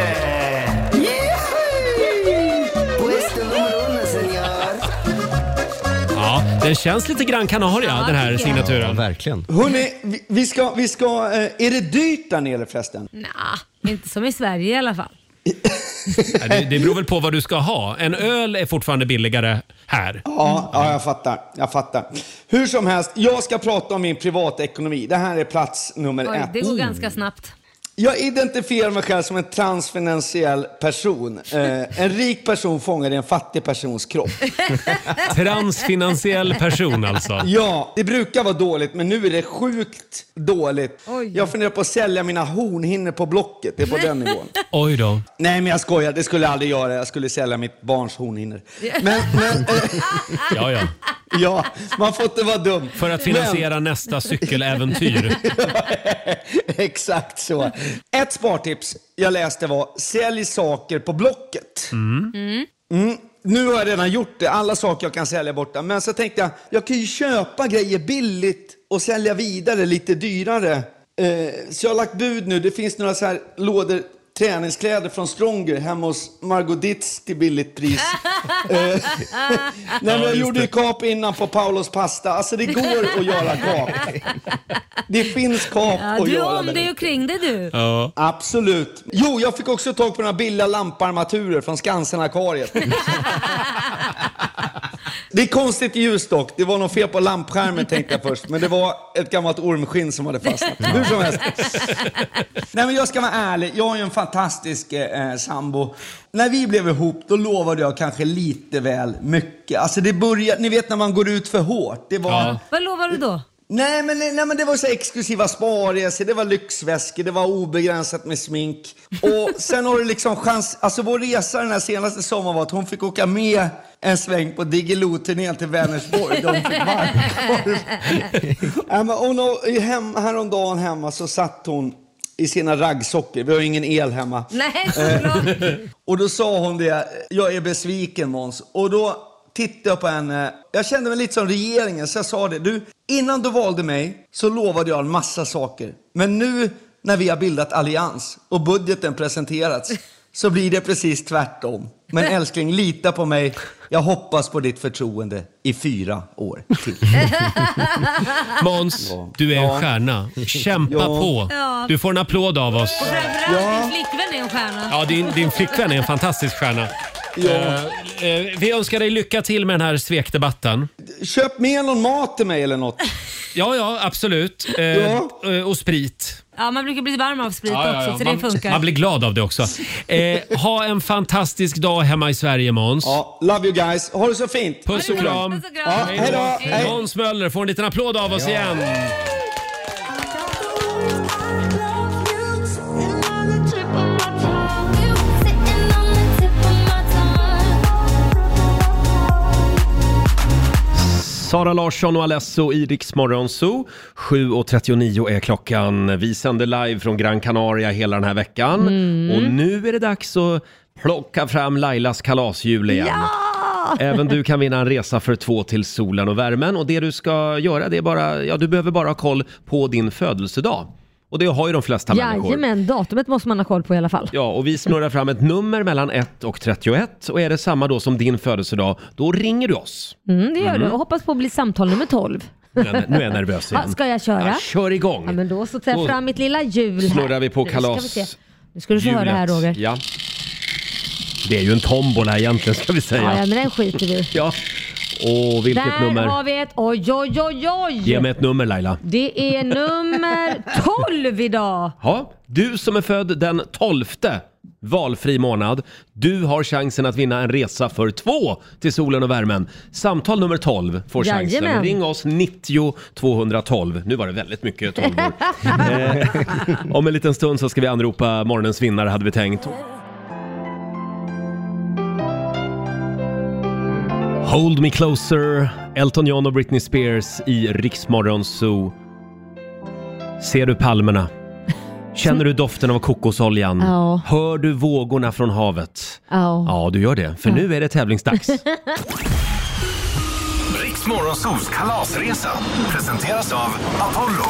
På esto nummer uno, señor. Ja, den känns lite Gran Canaria, Ja, den här tycker jag. signaturen. Ja, verkligen. Hörrni, vi, vi ska, vi ska, eh, är det dyrt där nere förresten? Nah, inte som i Sverige i alla fall. Ja, det, det beror väl på vad du ska ha. En öl är fortfarande billigare här. Ja, ja, jag fattar. Jag fattar. Hur som helst, jag ska prata om min privatekonomi. Det här är plats nummer Oj, ett. det går ganska snabbt. Jag identifierar mig själv som en transfinansiell person. Eh, en rik person fångar i en fattig persons kropp. Transfinansiell person alltså. Ja, det brukar vara dåligt, men nu är det sjukt dåligt. Oj. Jag funderar på att sälja mina hornhinnor på Blocket. Det är på den nivån. Oj då. Nej, men jag skojar. Det skulle jag aldrig göra. Jag skulle sälja mitt barns hornhinnor. Men, men eh, Ja, ja. ja, man får inte vara dum. För att finansiera Men... nästa cykeläventyr. Exakt så. Ett spartips jag läste var: sälj saker på Blocket. Mm. Mm. Nu har jag redan gjort det. Alla saker jag kan sälja borta. Men så tänkte jag, jag kan ju köpa grejer billigt och sälja vidare lite dyrare. Eh, så jag har lagt bud nu. Det finns några så här lådor träningskläder från Stronger hemma hos Margot Ditz till billigt pris. eh, nej, men jag gjorde ju kap innan på Paulos pasta. Alltså det går att göra kap. Det finns kap Ja, att du göra. om dig och kring det du. Ja. Absolut. Jo, jag fick också tag på några billiga lamparmaturer från Skansen-akvariet. Det är konstigt ljus dock. Det var något fel på lampskärmen tänkte jag först. Men det var ett gammalt ormskinn som hade fastnat. Hur som helst. Nej, men jag ska vara ärlig. Jag har ju en fantastisk eh, sambo. När vi blev ihop, då lovade jag kanske lite väl mycket. Alltså det började, ni vet när man går ut för hårt. Det var... Ja. Vad lovar du då? Nej men, nej, men det var så exklusiva sparresor, det var lyxväskor, det var obegränsat med smink. Och sen har det liksom chans, alltså vår resa den här senaste sommaren var att hon fick åka med en sväng på Diggiloo-turnén till Vänersborg. De fick varmkorv. Ja, men hon har, hem, häromdagen hemma så satt hon i sina raggsockor, vi har ingen el hemma. Nej, såklart. Och då sa hon det, jag är besviken Måns. Och då tittade jag på henne, jag kände mig lite som regeringen, så jag sa det. Du, innan du valde mig så lovade jag en massa saker. Men nu när vi har bildat allians och budgeten presenterats så blir det precis tvärtom. Men älskling, lita på mig. Jag hoppas på ditt förtroende i fyra år till. Måns, du är en Ja. stjärna. Kämpa Ja. på. Ja. Du får en applåd av oss. Och framförallt Ja. din flickvän är en stjärna. Ja, din, din flickvän är en fantastisk stjärna. Ja. Eh, eh, vi önskar dig lycka till med den här svekdebatten. Köp med någon mat till mig eller något. Ja, ja, absolut. Eh, Ja. eh, Och sprit. Ja, man brukar bli varm av sprit Ja, ja, ja. också, så Man, det funkar. man blir glad av det också. Eh, ha en fantastisk dag hemma i Sverige, Måns. Ja, love you guys. Ha det så fint. Puss och kram. Puss och kram. Ja, hej då. Hej. Måns Möller får en liten applåd av oss igen. Sara Larsson och Alesso i Rix Morgon Zoo. sju och trettionio är klockan. Vi sänder live från Gran Canaria hela den här veckan. Mm. Och nu är det dags att plocka fram Lailas kalashjul igen. Ja! Även du kan vinna en resa för två till solen och värmen. Och det du ska göra, det är bara, ja, du behöver bara ha koll på din födelsedag. Och det har ju de flesta människor. Jajamän, datumet måste man ha koll på i alla fall. Ja, och vi snurrar fram ett nummer mellan ett och trettioett. Och är det samma då som din födelsedag, då ringer du oss. Mm, det gör du. Och hoppas på att bli samtal nummer tolv. Nu är, nu är jag nervös igen. Ja, ska jag köra? Ja, kör igång. Ja, men då så tar jag Då fram mitt lilla hjul här. snurrar vi på Nu ska vi kalas. se. Nu ska du få höra här, Roger. Ja. Det är ju en tombola egentligen, ska vi säga. Ja, ja, men den skiter vi. Ja. Åh, vilket Där nummer? har vi ett, oj oj oj oj. Ge mig ett nummer, Laila. Det är nummer tolv idag. Ja, du som är född den tolfte, valfri månad. Du har chansen att vinna en resa för två till solen och värmen. Samtal nummer tolv får chansen. Jajamän. Ring oss nittio tvåhundratolv. Nu var det väldigt mycket tolvor. eh, om en liten stund så ska vi anropa morgonens vinnare, hade vi tänkt. Hold Me Closer, Elton John och Britney Spears i Riksmorgon Zoo. Ser du palmerna? Känner du doften av kokosoljan? Ja. Hör du vågorna från havet? Ja. Ja, du gör det. För nu är det tävlingsdags. Riksmorgon Zoos kalasresa presenteras av Apollo.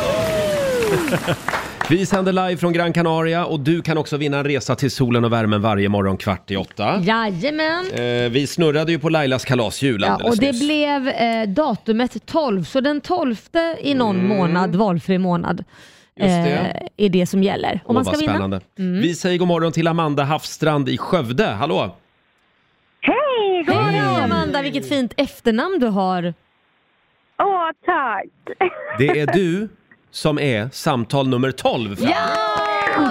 Vi sänder live från Gran Canaria och du kan också vinna en resa till solen och värmen varje morgon kvart i åtta. Jajamän. Eh, vi snurrade ju på Lailas kalasjul Ja, alldeles och det nyss. blev eh, datumet tolv, så den tolfte i någon Mm. månad, valfri månad, Just det. eh, är det som gäller. Om Åh, man ska vad vinna. spännande. Mm. Vi säger god morgon till Amanda Hafstrand i Skövde. Hallå! Hej, god Hej morgon! Amanda, vilket fint efternamn du har. Åh, tack! Det är du som är samtal nummer tolv. Fram. Ja!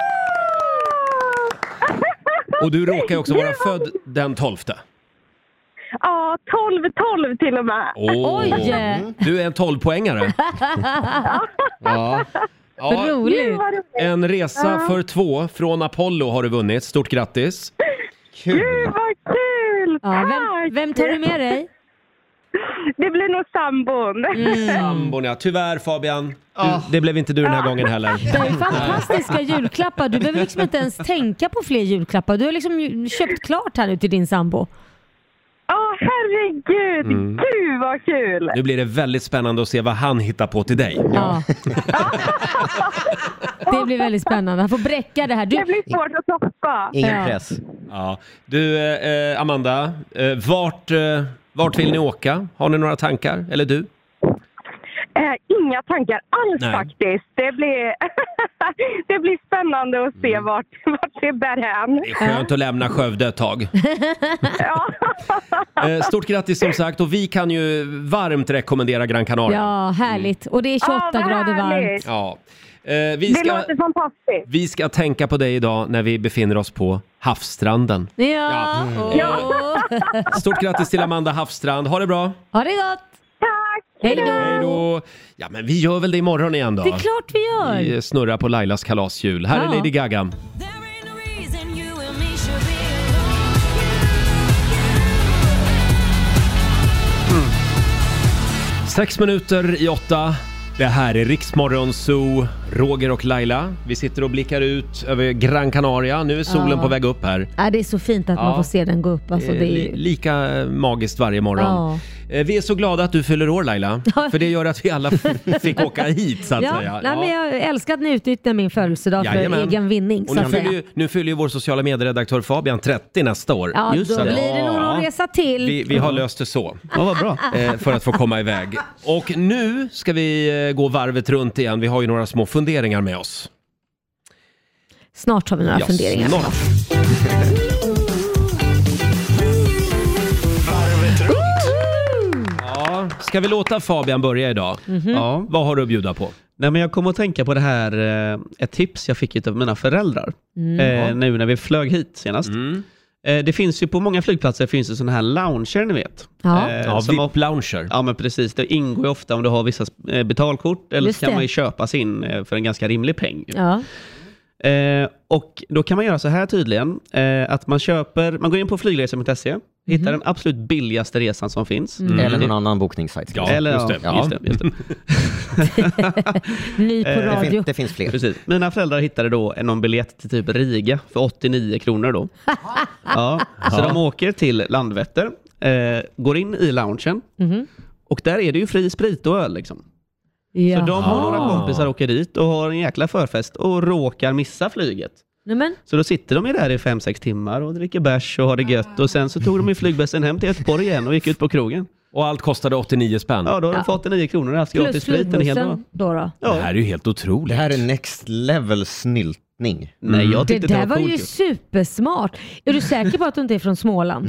Och du råkar ju också vara född den tolfte. Ja, tolv tolv till och med. Åh, Oj! du är en tolvpoängare. Ja. Ja, Gud, Roligt. vad roligt. en resa för två från Apollo har du vunnit. Stort grattis. Gud, vad kul! Ja, Tack! vem, vem tar du med dig? Det blir nog sambon. Mm. Sambon, ja. Tyvärr Fabian, du, det blev inte du den här gången heller. Det är fantastiska julklappar. Du behöver liksom inte ens tänka på fler julklappar. Du har liksom ju köpt klart här nu till din sambo. Åh, herregud! Mm. Gud, vad kul! Nu blir det väldigt spännande att se vad han hittar på till dig. Ja. Det blir väldigt spännande. Han får bräcka det här. Du... Det blir svårt att toppa. Ingen Ja. press. Ja. Du, eh, Amanda, eh, vart, eh, vart vill ni åka? Har ni några tankar? Eller du? Eh, inga tankar alls Nej. faktiskt. Det blir, det blir spännande att se vart, vart det bär hän. Det är skönt att lämna Skövde ett tag. Ja. Eh, stort grattis som sagt, och vi kan ju varmt rekommendera Gran Canaria. Ja, härligt. Och det är tjugoåtta Ja, vad grader varmt. härligt. Ja. Eh, vi, Det ska, låter fantastiskt. vi ska tänka på dig idag när vi befinner oss på havsstranden. Ja. Åh. Stort grattis till Amanda Hafstrand. Ha det bra. Ha det gott. Tack! Hej då. Hej då. Ja, men vi gör väl det imorgon igen då. Det är klart vi gör. Vi snurrar på Lailas kalasjul. Här är Ja. Lady Gaga. Sex minuter i åtta. Det här är Riksmorgon Zoo, Roger och Laila. Vi sitter och blickar ut över Gran Canaria. Nu är solen Ja. på väg upp här. Ja, det är så fint att Ja. man får se den gå upp. Alltså, Eh, det li- är... Lika magiskt varje morgon. Ja. Eh, Vi är så glada att du fyller år, Laila. För det gör att vi alla f- fick åka hit, så att Ja, säga. nej, men jag älskar att ni utnyttjar min födelsedag Jajamän. för egen vinning. Och Så nu att säga. fyller, ju, nu fyller ju vår sociala medieredaktör Fabian trettio nästa år. Ja, Just då det. blir det nog någon resa till. Vi, vi har löst det så. Ja, vad bra. eh, för att få komma iväg. Och nu ska vi eh, gå varvet runt igen. Vi har ju några små funderingar med oss. Snart har vi några Ja, funderingar. snart. Varvet runt. Ja, ska vi låta Fabian börja idag? Ja. Vad har du att bjuda på? Nej, men jag kommer att tänka på det här, eh, ett tips jag fick av mina föräldrar eh, nu när vi flög hit senast. Mm. Eh, det finns ju på många flygplatser finns det sådana här lounger, ni vet. Ja. Eh, Ja, som V I P-lounger. Ja, men precis. Det ingår ju ofta om du har vissa eh, betalkort, eller Just så kan det. man ju köpa sin eh, för en ganska rimlig peng. Ja. Eh, och då kan man göra så här tydligen, eh, att man köper, man går in på flygresor punkt se, hittar den absolut billigaste resan som finns. Eller någon annan bokningssajt. Ja, Eller, just det. Ja, just det, just det. Ny på Eh, Det, radio. fin- det finns fler. Precis. Mina föräldrar hittade då någon biljett till typ Riga för åttionio kronor då. Ja, så de åker till Landvetter, eh, går in i loungen Mhm. och där är det ju fri sprit och öl liksom. Ja. Så de och några kompisar åker dit och har en jäkla förfest och råkar missa flyget. Nej, men. Så då sitter de ju där i fem sex timmar och dricker bärs och har det gött. Och sen så tog de ju flygbussen hem till Göteborg igen och gick ut på krogen. Och allt kostade åttionio spänn. Ja, då har de Ja. fått åttionio kronor och haft Plus gratis sprit en hel dag. flygbussen då då. Det Ja. här är ju helt otroligt. Det här är next level snylt. njutning. Nej, jag Det tyckte det, där var var coolt. ju supersmart. Är du säker på att du inte är från Småland?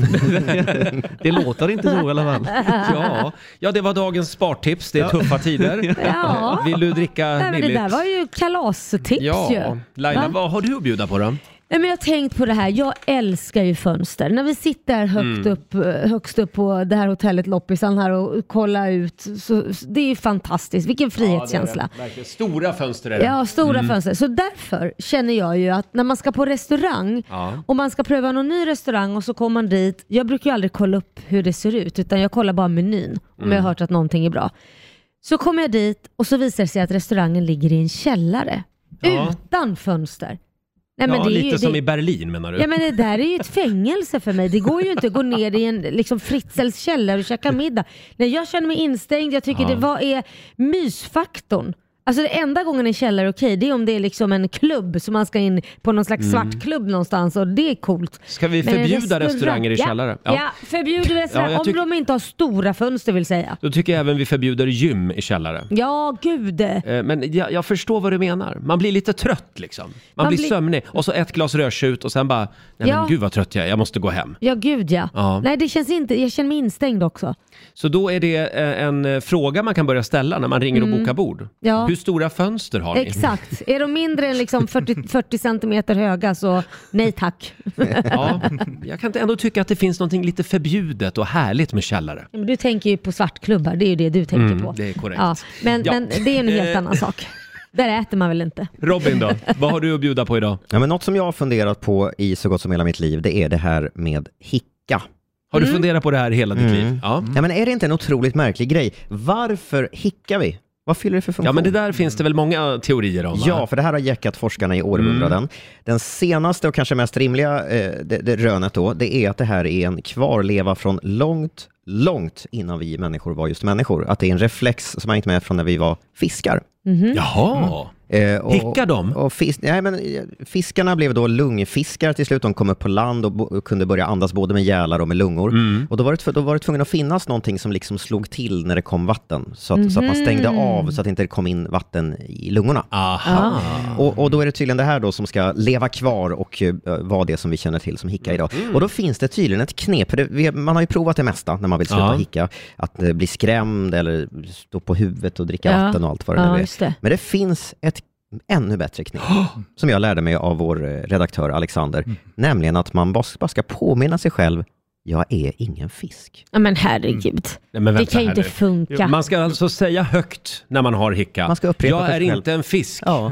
Det låter inte så i alla fall. Ja, ja, det var dagens spartips. Det är tuffa tider. Ja. Vill du dricka Nej, men det billigt? där var ju kalastips Ja, ju. Laila, Va? vad har du att bjuda på då? Nej, men jag har tänkt på det här. Jag älskar ju fönster. När vi sitter högt Mm. upp, högst upp på det här hotellet Loppisan här och kollar ut. Så, det är ju fantastiskt. Vilken frihetskänsla. Ja, det är det. Verkligen. Stora fönster är det. Ja, stora Mm. fönster. Så därför känner jag ju att när man ska på restaurang Ja. och man ska pröva någon ny restaurang och så kommer man dit. Jag brukar ju aldrig kolla upp hur det ser ut utan jag kollar bara menyn om Mm. jag har hört att någonting är bra. Så kommer jag dit och så visar det sig att restaurangen ligger i en källare Ja. utan fönster. Nej, Ja, det är lite ju, som det, i Berlin menar du? Ja, men det där är ju ett fängelse för mig. Det går ju inte att gå ner i en liksom Fritzels källare och käka middag. Nej, jag känner mig instängd. Jag tycker Ja. det vad är mysfaktorn? Alltså det enda gången en källare är okej, det är om det är liksom en klubb som man ska in på någon slags Mm. svart klubb någonstans och det är coolt. Ska vi Men en förbjuda restaurang- restauranger i ja, källare? Ja, Ja. förbjuder restauranger. Ja, jag tyck- Om de inte har stora fönster vill säga. Då tycker jag även vi förbjuder gym i källare. Ja, gud. Eh, Men jag, jag förstår vad du menar. Man blir lite trött liksom. Man, Man blir blir- sömnig. Och så ett glas rödtjut och sen bara, nej Ja. men gud vad trött jag är, jag måste gå hem. Ja, gud ja. Ja. Nej, det känns inte, jag känner mig instängd också. Så då är det eh, en eh, fråga man kan börja ställa när man ringer och Mm. bokar bord. Ja. Hur stora fönster har ni? Exakt. Är de mindre än liksom fyrtio, fyrtio centimeter höga så nej tack. Ja, jag kan ändå tycka att det finns något lite förbjudet och härligt med källare. Men du tänker ju på svartklubbar, det är ju det du tänker Mm, på. det är korrekt. Ja, men, Ja. men det är en helt Eh. annan sak. Där äter man väl inte. Robin då, vad har du att bjuda på idag? Ja, men något som jag har funderat på i så gott som hela mitt liv, det är det här med hicka. Har du funderat på det här hela ditt Mm. liv? Ja. Ja, men är det inte en otroligt märklig grej? Varför hickar vi? Vad fyller det för funktion? Ja, men det där finns det väl många teorier om, va? Ja, för det här har jäckat forskarna i århundraden. Mm. Den senaste och kanske mest rimliga eh, det, det rönet då, det är att det här är en kvarleva från långt, långt innan vi människor var just människor. Att det är en reflex som har hängt med från när vi var fiskar. Mm-hmm. Jaha. Eh, och, Hickar de? Och fisk, nej, men, eh, fiskarna blev då lungfiskar till slut. De kom upp på land och, bo, och kunde börja andas både med gälar och med lungor. Mm. Och då var, det, då var det tvungen att finnas någonting som liksom slog till när det kom vatten. Så att, så att man stängde av så att det inte kom in vatten i lungorna. Aha. Och, och då är det tydligen det här då som ska leva kvar och uh, vara det som vi känner till som hicka idag. Mm. Och då finns det tydligen ett knep. För det, vi, man har ju provat det mesta när man vill sluta Ja. hicka. Att uh, bli skrämd eller stå på huvudet och dricka Ja. vatten och allt vad det Ja, nu är. just det. Men det finns ett ännu bättre knep som jag lärde mig av vår eh, redaktör Alexander. Nämligen att man bara bara ska påminna sig själv, jag är ingen fisk. Ja, men herregud. Nej, men Det vänta kan ju här inte nu. funka. Man ska alltså säga högt när man har hicka. Man ska upprepa jag för är sig själv. inte en fisk. Ja.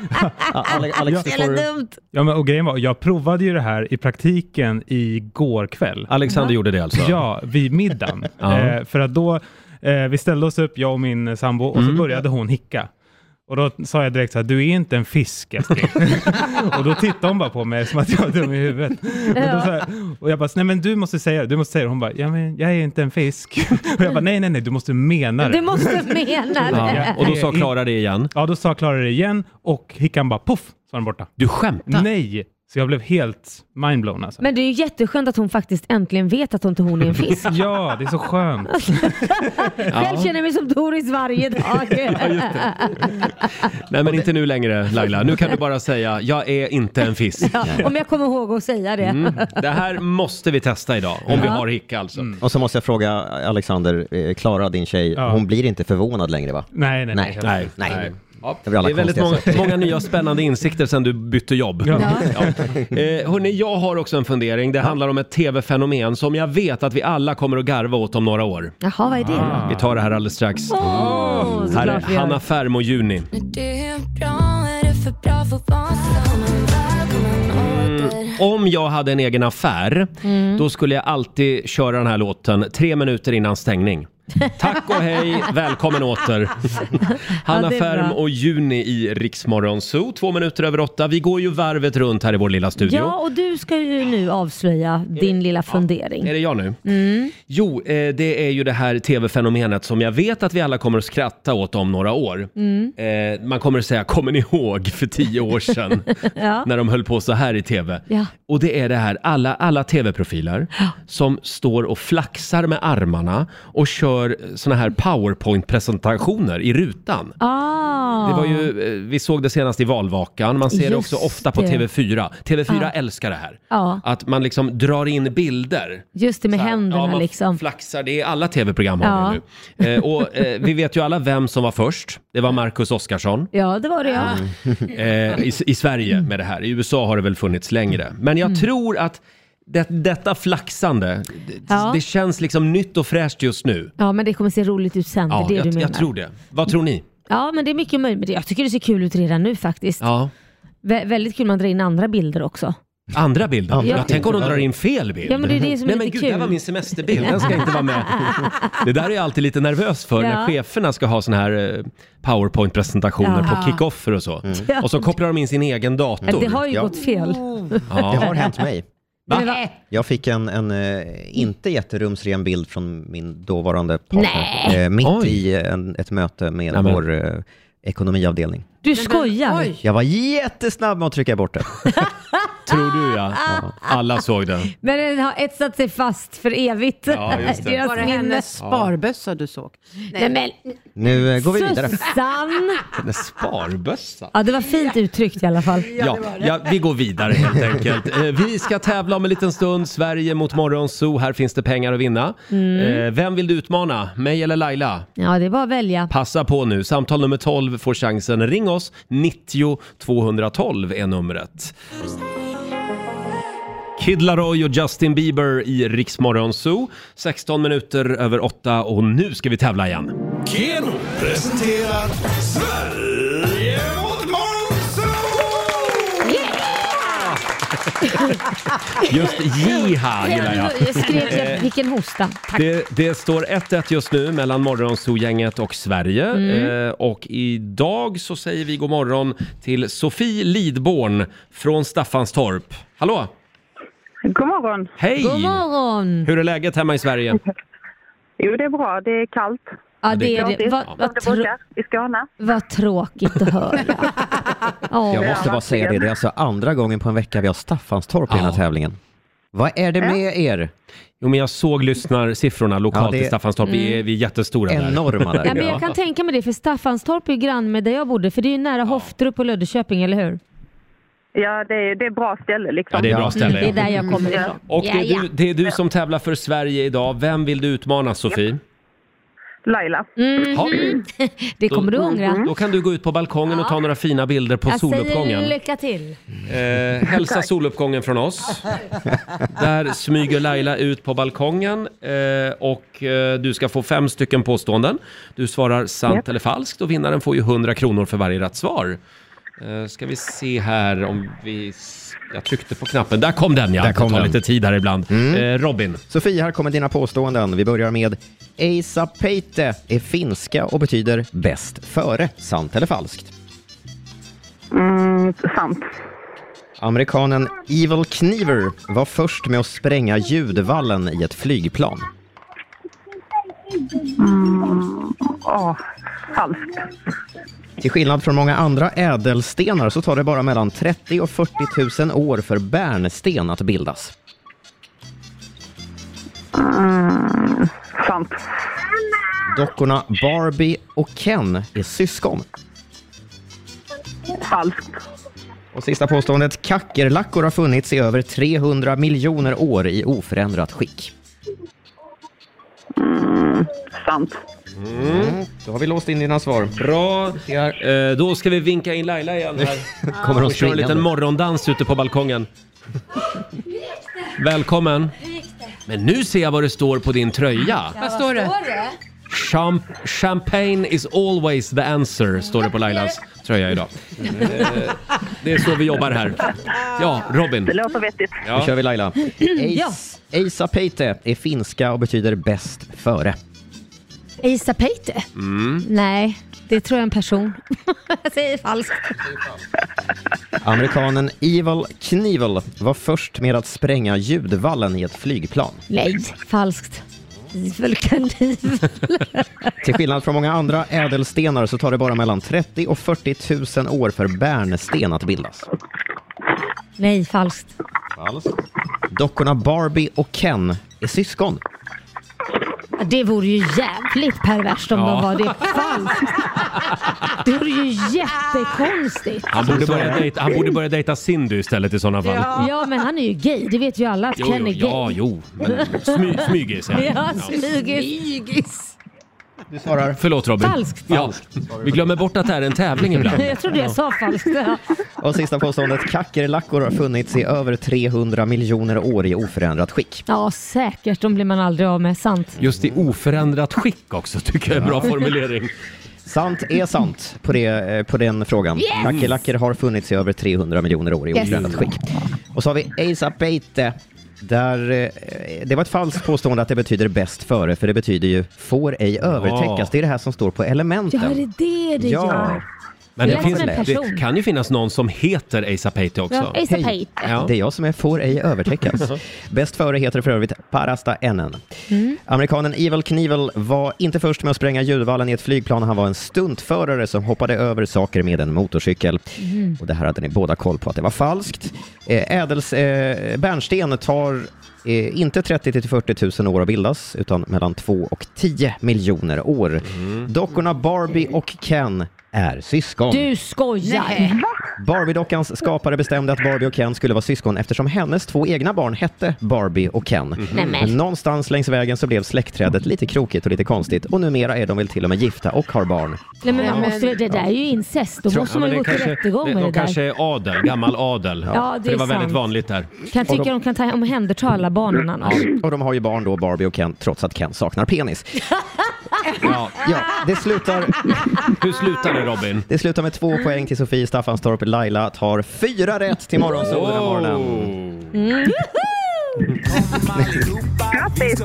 Alex, Alex, det Eller får... dumt. Ja, men, och grejen var, jag provade ju det här i praktiken igår kväll. Alexander gjorde det alltså? Ja, vid middagen. Ja. eh, för att då, eh, vi ställde oss upp, jag och min sambo, och Mm. så började hon hicka. Och då sa jag direkt så här, du är inte en fisk, älskling. Och då tittade hon bara på mig som att jag var dum i huvudet. Och, då så här, och jag bara, nej men du måste säga det, du måste säga det. Hon bara, ja men jag är inte en fisk. Och jag bara, nej nej nej, du måste mena det. Du måste mena det. Ja. Och då sa Klara det igen. Ja, då sa Klara det igen och hickan bara, puff, så var den borta. Du skämtar? Nej, så jag blev helt mindblown alltså. Men det är ju jätteskönt att hon faktiskt äntligen vet att hon inte hon är en fisk. Ja, det är så skönt. Själv känner jag mig som Doris varje dag. Nej, men inte nu längre, Laila. Nu kan du bara säga, jag är inte en fisk. Ja, om jag kommer ihåg att säga det. Mm. Det här måste vi testa idag, om vi Ja. har hicka alltså. Och så måste jag fråga Alexander, eh, Klara, din tjej, Ja. hon blir inte förvånad längre va? Nej, nej, nej. Nej, Nej, nej. nej. Ja, Det det blir alla är väldigt konstiga många, saker. många nya spännande insikter sedan du bytte jobb. Ja. Ja. Eh, hörni, jag har också en fundering. Det handlar om ett tv-fenomen som jag vet att vi alla kommer att garva åt om några år. Jaha, vad är det då? Vi tar det här alldeles strax. Åh, Här såklart är vi gör. Hanna Färm och Juni. Om jag hade en egen affär, Mm. då skulle jag alltid köra den här låten tre minuter innan stängning. Tack och hej, välkommen åter. Hanna det är Färm bra. och Juni i Rix Morgon Zoo, två minuter över åtta. Vi går ju varvet runt här i vår lilla studio. Ja, och du ska ju nu avslöja din lilla fundering. Är det jag nu? Mm. Jo, eh, det är ju det här tv-fenomenet som jag vet att vi alla kommer att skratta åt om några år. Mm. Eh, man kommer att säga, kommer ni ihåg för tio år sedan Ja. när de höll på så här i tv? Ja. Och det är det här, alla, alla tv-profiler som står och flaxar med armarna och kör för såna här PowerPoint-presentationer i rutan. Ah. Det var ju, vi såg det senast i Valvakan. Man ser Just det också ofta på det. T V fyra. T V fyra Ja. älskar det här. Ja. Att man liksom drar in bilder. Just det, med Så här, händerna ja, man liksom. flaxar. Det är alla T V-program har Ja. det nu. Eh, och eh, vi vet ju alla vem som var först. Det var Marcus Oskarsson. Ja, det var det ja. Eh, i, I Sverige med det här. I U S A har det väl funnits längre. Men jag tror att det, detta flaxande, det, Ja. det känns liksom nytt och fräscht just nu. Ja, men det kommer se roligt ut sen. Ja, det är det jag, du menar. jag tror det. Vad tror ni? Ja, men det är mycket möjligt. Jag tycker det ser kul ut redan nu faktiskt. Ja. Vä- väldigt kul man drar in andra bilder också. Andra bilder? Ja. Jag tänker om de drar in fel bild. Ja, men det är det som är Nej men lite gud, kul. det här var min semesterbild. Den ska inte vara med. Det där är jag alltid lite nervös för Ja. när cheferna ska ha såna här eh, PowerPoint-presentationer Ja. på kick-offer och så. Ja. Och så kopplar de in sin egen dator. Ja, det har ju Ja. gått fel. Ja. Det har hänt mig. Va? Men va- Jag fick en, en eh, inte jätterumsren bild från min dåvarande partner. Nej. Eh, mitt Oj. i en, ett möte med Nämen. vår eh, ekonomiavdelning. Du skojar? Oj. Jag var jättesnabb med att trycka bort det. Tror du ja. Alla såg den. Men den har etsat sig fast för evigt. Ja, just det. Deras Var det minne. hennes sparbössa du såg? Nej men Nu eh, går vi vidare. Susanne! Den är sparbössa. Ja, det var fint uttryckt i alla fall. Ja, ja, vi går vidare helt enkelt. Eh, Vi ska tävla om en liten stund. Sverige mot Morgonzoo. Här finns det pengar att vinna. Eh, Vem vill du utmana? Mig eller Laila? Ja, det är bara att välja. Passa på nu. Samtal nummer tolv får chansen. Ring oss. nittio tvåhundratolv är numret. Kid Laroi och Justin Bieber i Rix Morgonzoo. sexton minuter över åtta och nu ska vi tävla igen. Keno presenterar Sverige mot Just jiha gillar jag. Jag skrev det. Vilken hosta. Tack. Det, det står ett ett just nu mellan Morgonzoo-gänget och Sverige. Mm. Eh, och idag så säger vi god morgon till Sofie Lidborn från Staffanstorp. Hallå! God morgon. Hej! God morgon! Hur är läget hemma i Sverige? Jo, det är bra. Det är kallt. Ja, det är Ja, det. det är Vad som vad det trå- brukar i Skåne. vad tråkigt att höra. Åh. Jag måste bara säga det, det är alltså andra gången på en vecka vi har Staffanstorp i den här Ja. tävlingen. Vad är det med er? Jo, men jag såg lyssnarsiffrorna lokalt Ja, det är- i Staffanstorp. Vi, är, vi är jättestora där. Enorma där. Ja, men jag kan tänka mig det, för Staffanstorp är ju grann med där jag bodde, för det är ju nära Hofterup och Löddeköping, eller hur? Ja, det är, det är bra ställe liksom. Ja, det är bra ställe. Det är Ja. där jag kommer ifrån. Och det Ja, är, ja. du, det är du som tävlar för Sverige idag. Vem vill du utmana, Sofie? Laila. Mm. Ja. Det kommer du ångra. Då kan du gå ut på balkongen och ta några fina bilder på Jag soluppgången. säger lycka till. Eh, hälsa soluppgången från oss. Där smyger Laila ut på balkongen eh, och eh, du ska få fem stycken påståenden. Du svarar sant Japp. eller falskt och vinnaren får ju hundra kronor för varje rätt svar. Eh, ska vi se här om vi... Jag tryckte på knappen. Där kom den, ja. Där kom det tar den. lite tid här ibland. Eh, Robin. Sofie, här kommer dina påståenden. Vi börjar med Esa Peite är finska och betyder bäst före. Sant eller falskt? Mm, sant. Amerikanen Evel Kniever var först med att spränga ljudvallen i ett flygplan. Mm, åh, falskt. Till skillnad från många andra ädelstenar så tar det bara mellan trettio och fyrtio tusen år för bärnsten att bildas. Mm, sant. Dockorna Barbie och Ken är syskon. Falskt. Och sista påståendet, kackerlackor har funnits i över trehundra miljoner år i oförändrat skick. Mm, sant. Mm. Då har vi låst in dina svar. Bra. Eh, då ska vi vinka in Laila igen här. Kommer hon och köra en springande? liten morgondans ute på balkongen. Välkommen. Men nu ser jag vad det står på din tröja. Vad står det? Champ- Champagne is always the answer, står det på Lailas tröja idag. Eh, det är så vi jobbar här. Ja, Robin. Det låter vettigt. Då Ja. kör vi Laila. Ace, Esa Peite är finska och betyder bäst före. Esa Peite? Mm. Nej, det tror jag är en person. Jag säger falskt. Amerikanen Evel Knievel var först med att spränga ljudvallen i ett flygplan. Nej, falskt. Vulkaniv. Till skillnad från många andra ädelstenar så tar det bara mellan trettio och fyrtio tusen år för bärnsten att bildas. Nej, falskt. Falskt. Dockorna Barbie och Ken är syskon. Det vore ju jävligt perverst om Ja. de var det falskt. Det vore ju jättekonstigt. Han borde börja dejta, han borde börja dejta Cindy istället i sådana fall. Ja. ja, men han är ju gay. Det vet ju alla att Jo, Ken jo, är gay. ja, jo. Men smy, smygis. Ja. Ja, smygis. Du svarar. Förlåt Robin. Falskt. Ja. Vi glömmer bort att det är en tävling ibland. Jag trodde jag sa falskt. Ja. Och sista påståendet, kackerlackor har funnits i över trehundra miljoner år i oförändrat skick. ja, säkert. De blir man aldrig av med. Sant. Just i oförändrat skick också tycker jag är en bra formulering. Sant är sant på, det, på den frågan. Yes! Kackerlackor har funnits i över trehundra miljoner år i Yes. oförändrat skick. Och så har vi Asapeite. Där, eh, det var ett falskt påstående att det betyder bäst före, för det betyder ju får ej övertäckas. Det är det här som står på elementen. Ja, det är det det Ja. gör. Men Det det, lät finns, som en person. det kan ju finnas någon som heter Asa Pate också. Ja, Asa Pate. Ja. Det är jag som är får ej övertäckas. Bäst före heter det för övrigt Parasta N N. Mm. Amerikanen Evel Knievel var inte först med att spränga ljudvallen i ett flygplan. Han var en stuntförare som hoppade över saker med en motorcykel. Mm. Och det här hade ni båda koll på att det var falskt. Eh, ädels, eh, bärnsten tar eh, inte trettio till fyrtio tusen år att bildas, utan mellan två och tio miljoner år. Mm. Dockorna Barbie och Ken är syskon. Du skojar. Nej. Barbie-dockans skapare bestämde att Barbie och Ken skulle vara syskon eftersom hennes två egna barn hette Barbie och Ken. Mm. Nej, men. Men någonstans längs vägen så blev släktträdet lite krokigt och lite konstigt, och numera är de väl till och med gifta och har barn. Nej, men man måste, det där är ju incest. Då måste man ju gå till rättegång det, med de det där. kanske är adel, gammal adel. Ja, det För det är var väldigt sant. vanligt där. Kan tycka Och de- de kan ta omhänderta alla barnen annars. Och de har ju barn då, Barbie och Ken, trots att Ken saknar penis. Ja. Ja, det slutar, Hur slutar det Robin? det slutar med två poäng till Sofie Staffanstorp. Laila tar fyra rätt till Morgonzoo den här morgonen. Mm. Grattis!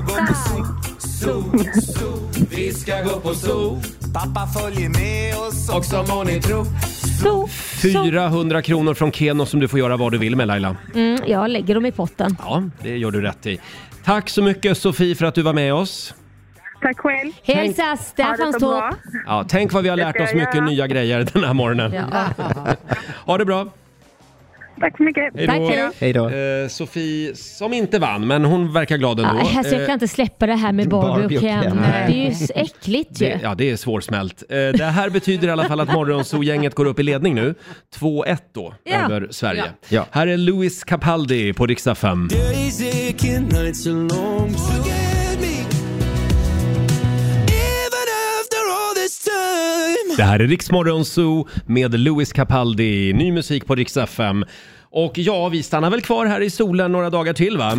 Vi ska gå på zoo. Pappa följer med oss Och så må ni tro. Så, så. fyrahundra kronor från Keno som du får göra vad du vill med Laila. Mm, jag lägger dem i potten. Ja, det gör du rätt i. Tack så mycket Sofie för att du var med oss. Tack själv. Hälsa Ha det så Staffanstorp. bra. Ja, tänk vad vi har Det lärt ska oss jag mycket göra. nya grejer den här morgonen. Ja. Ha det bra. Tack så mycket. Hej då. Tack, hej. Hej då. Eh, Sofie som inte vann, men hon verkar glad ändå. Ja, alltså jag kan inte släppa det här med Barbie, Barbie och och Ken. Ken. Det är ju så äckligt ju. Det, ja, det är svårsmält. Eh, det här betyder i alla fall att Morgonzoo-gänget går upp i ledning nu. två ett då, Ja. över Sverige. Ja. Ja. Här är Louis Capaldi på Rix F M. Det här är Rix Morgonzoo med Louis Capaldi. Ny musik på Rix F M. Och ja, vi stannar väl kvar här i solen några dagar till, va?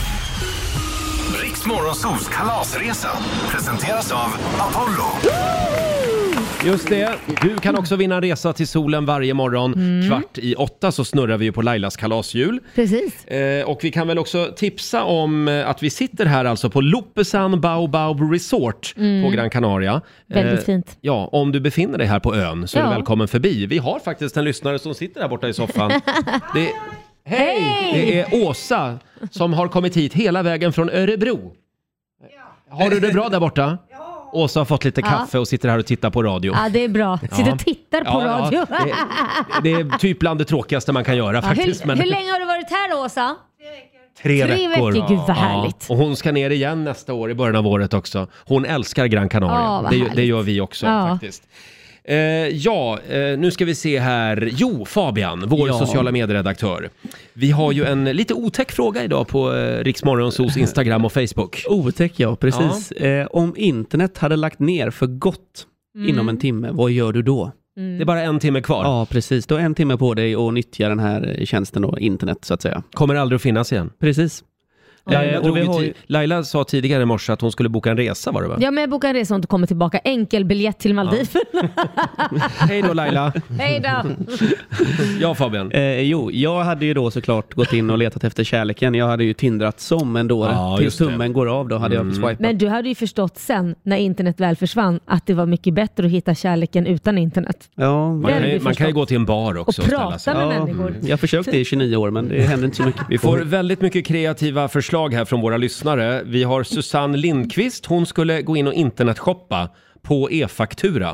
Rix Morgonzoos kalasresa presenteras av Apollo. Just det, du kan också vinna en resa till solen varje morgon. Mm. Kvart i åtta så snurrar vi ju på Lailas kalashjul. Precis. Eh, och vi kan väl också tipsa om eh, att vi sitter här alltså på Lopesan Baobab Resort på Gran Canaria. Mm. Väldigt fint. Ja, om du befinner dig här på ön så är Ja. du välkommen förbi. Vi har faktiskt en lyssnare som sitter där borta i soffan. Det, hej! Hej! Det är Åsa som har kommit hit hela vägen från Örebro. Har du det bra där borta? Åsa har fått lite Ja. kaffe och sitter här och tittar på radio. Ja, det är bra. Sitter och tittar på Ja, ja. radio. Det, det är typ bland det tråkigaste man kan göra Ja, faktiskt. hur, men hur länge har du varit här, Åsa? tre, tre veckor. veckor, gud vad härligt. Och hon ska ner igen nästa år i början av året också. Hon älskar Gran Canaria. Ja, vad det, härligt. det gör vi också Ja. faktiskt. Eh, ja, eh, nu ska vi se här. Jo, Fabian, vår Ja. sociala medieredaktör. Vi har ju en lite otäck fråga idag på eh, Rix Morgonzoos Instagram och Facebook. Otäck, ja, precis. Eh, om internet hade lagt ner för gott Mm. inom en timme, vad gör du då? Det är bara en timme kvar. Ja, precis. Du har en timme på dig att nyttja den här tjänsten då, internet så att säga. Kommer aldrig att finnas igen. Precis. Laila, Eh, och drog vi ju har ti- ju- Laila sa tidigare i morse att hon skulle boka en resa, var det va? Ja, men jag bokar en resa och inte kommer tillbaka. Enkelbiljett till Maldiverna. Hej då Laila. Hej då. Ja Fabian. Eh, jo, jag hade ju då såklart gått in och letat efter kärleken. Jag hade ju tindrat som ändå. Ja, Tills just det. tummen går av då hade jag swipat. Men du hade ju förstått sen, när internet väl försvann, att det var mycket bättre att hitta kärleken utan internet. Ja, Man Det hade kan, ju, du man kan ju förstått. gå till en bar också Och ställa prata sig. med Ja, människor. jag försökte i tjugonio år men det hände inte så mycket. Vi får väldigt mycket kreativa förslag här från våra lyssnare. Vi har Susanne Lindqvist. Hon skulle gå in och internetshoppa på e-faktura.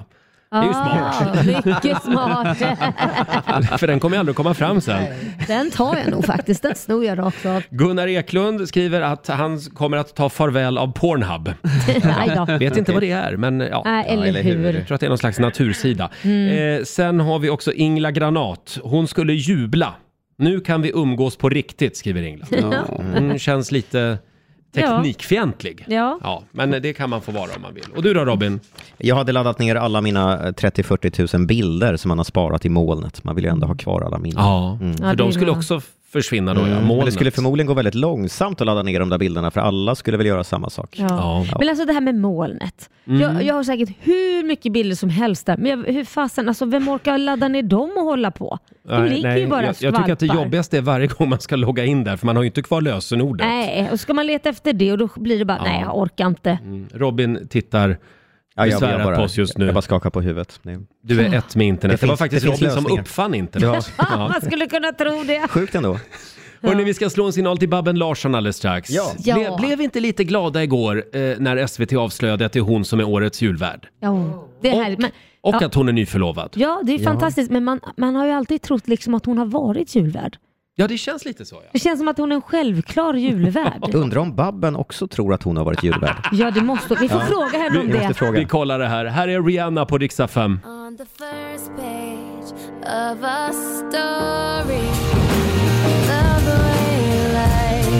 Det är ju smart. Ah, mycket smart. För den kommer ju aldrig komma fram sen. Den tar jag nog faktiskt. Den snor jag rakt av. Gunnar Eklund skriver att han kommer att ta farväl av Pornhub. Nej då. Vet inte vad det är, men ja. Nej, eller ja, eller hur. Jag tror att det är någon slags natursida. Mm. Eh, sen har vi också Ingla Granat. Hon skulle jubla. Nu kan vi umgås på riktigt, skriver Ingla. Ja. Hon känns lite teknikfientlig. Ja. Ja, men det kan man få vara om man vill. Och du då, Robin? Jag hade laddat ner alla mina trettio till fyrtio tusen bilder som man har sparat i molnet. Man vill ju ändå ha kvar alla minnen. Ja, Mm. för de skulle också försvinna då, ja. Mm. Molnet. Men det skulle förmodligen gå väldigt långsamt att ladda ner de där bilderna, för alla skulle väl göra samma sak. Ja. Men alltså det här med molnet. Mm. Jag, jag har säkert hur mycket bilder som helst där. Men jag, hur fasen, alltså vem orkar ladda ner dem och hålla på? De Nej, ligger nej, ju bara jag, jag tycker att det skvalpar. jobbigaste är varje gång man ska logga in där, för man har ju inte kvar lösenordet. Nej, och ska man leta efter det och då blir det bara, Ja. nej jag orkar inte. Mm. Robin tittar Ja, jag, jag, besvärat bara, på oss just nu. jag bara skakar på huvudet. Nej. Du är ett med internet. Det, Det var finns- faktiskt det finns Robin som lösningar. uppfann internet. Ja. Man skulle kunna tro det. Sjukt ändå. Hörrni, vi ska slå en signal till Babben Larsson alldeles strax. Ja. Ja. Ble, blev vi inte lite glada igår eh, när S V T avslöjade att det är hon som är årets julvärd? Ja, det är härligt. Men, Och ja, att hon är nyförlovad. ja, det är Ja. fantastiskt. Men man, man har ju alltid trott liksom att hon har varit julvärd. Ja, det känns lite så. Ja. Det känns som att hon är en självklar julvärd. Undrar om Babben också tror att hon har varit julvärd. Ja, det måste. Vi får Ja. fråga henne om Vi måste det. fråga. Vi kollar det här. Här är Rihanna på Rix F M. On the first page of a story, love the way you lie,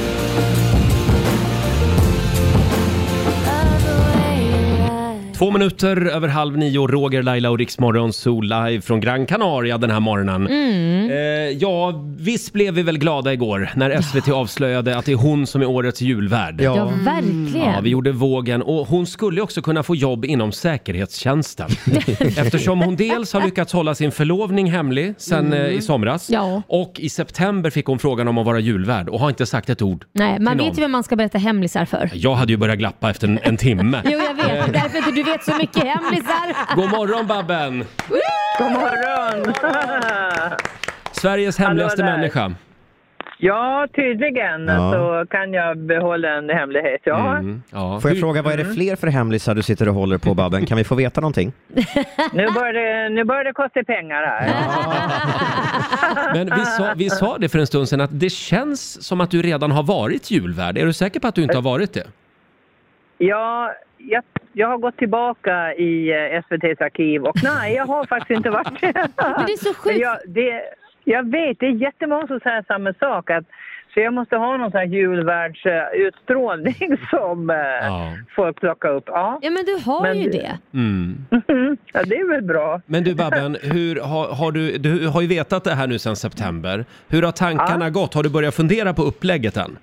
love the way you lie. Två minuter över halv nio, Roger, Laila och Rix Morgon Zoo live från Gran Canaria den här morgonen. Mm. Eh, ja, visst blev vi väl glada igår när S V T avslöjade att det är hon som är årets julvärd. Ja, Ja. verkligen. Ja, vi gjorde vågen och hon skulle också kunna få jobb inom säkerhetstjänsten. Eftersom hon dels har lyckats hålla sin förlovning hemlig sen eh, i somras. Ja. Och i september fick hon frågan om att vara julvärd och har inte sagt ett ord. Nej, man till någon. vet ju vem man ska berätta hemlisar för. Jag hade ju börjat glappa efter en, en timme. Jo, jag vet. Därför att du vet så mycket hemlisar. God morgon, Babben! God morgon! Sveriges hemligaste Hallå där. människa. Ja, tydligen Ja. så kan jag behålla en hemlighet. Ja. Mm, ja. Får jag Hur- fråga, vad är det fler för hemlisar du sitter och håller på, Babben? Kan vi få veta någonting? Nu, börjar det, nu börjar det kosta pengar här. Men vi sa, vi sa det för en stund sedan att det känns som att du redan har varit julvärd. Är du säker på att du inte har varit det? Ja, jag, jag har gått tillbaka i eh, S V T:s arkiv och nej, jag har faktiskt inte varit det. Men det är så sjukt. Jag, det, jag vet, det är jättemånga som säger samma sak. Att, så jag måste ha någon sån här julvärdsutstrålning som eh, Ja. folk plockar upp. Ja. Ja, men du har Men- ju det. Mm. Ja, det är väl bra. Men du Babben, hur, har, har du, du har ju vetat det här nu sedan september. Hur har tankarna Ja. gått? Har du börjat fundera på upplägget än?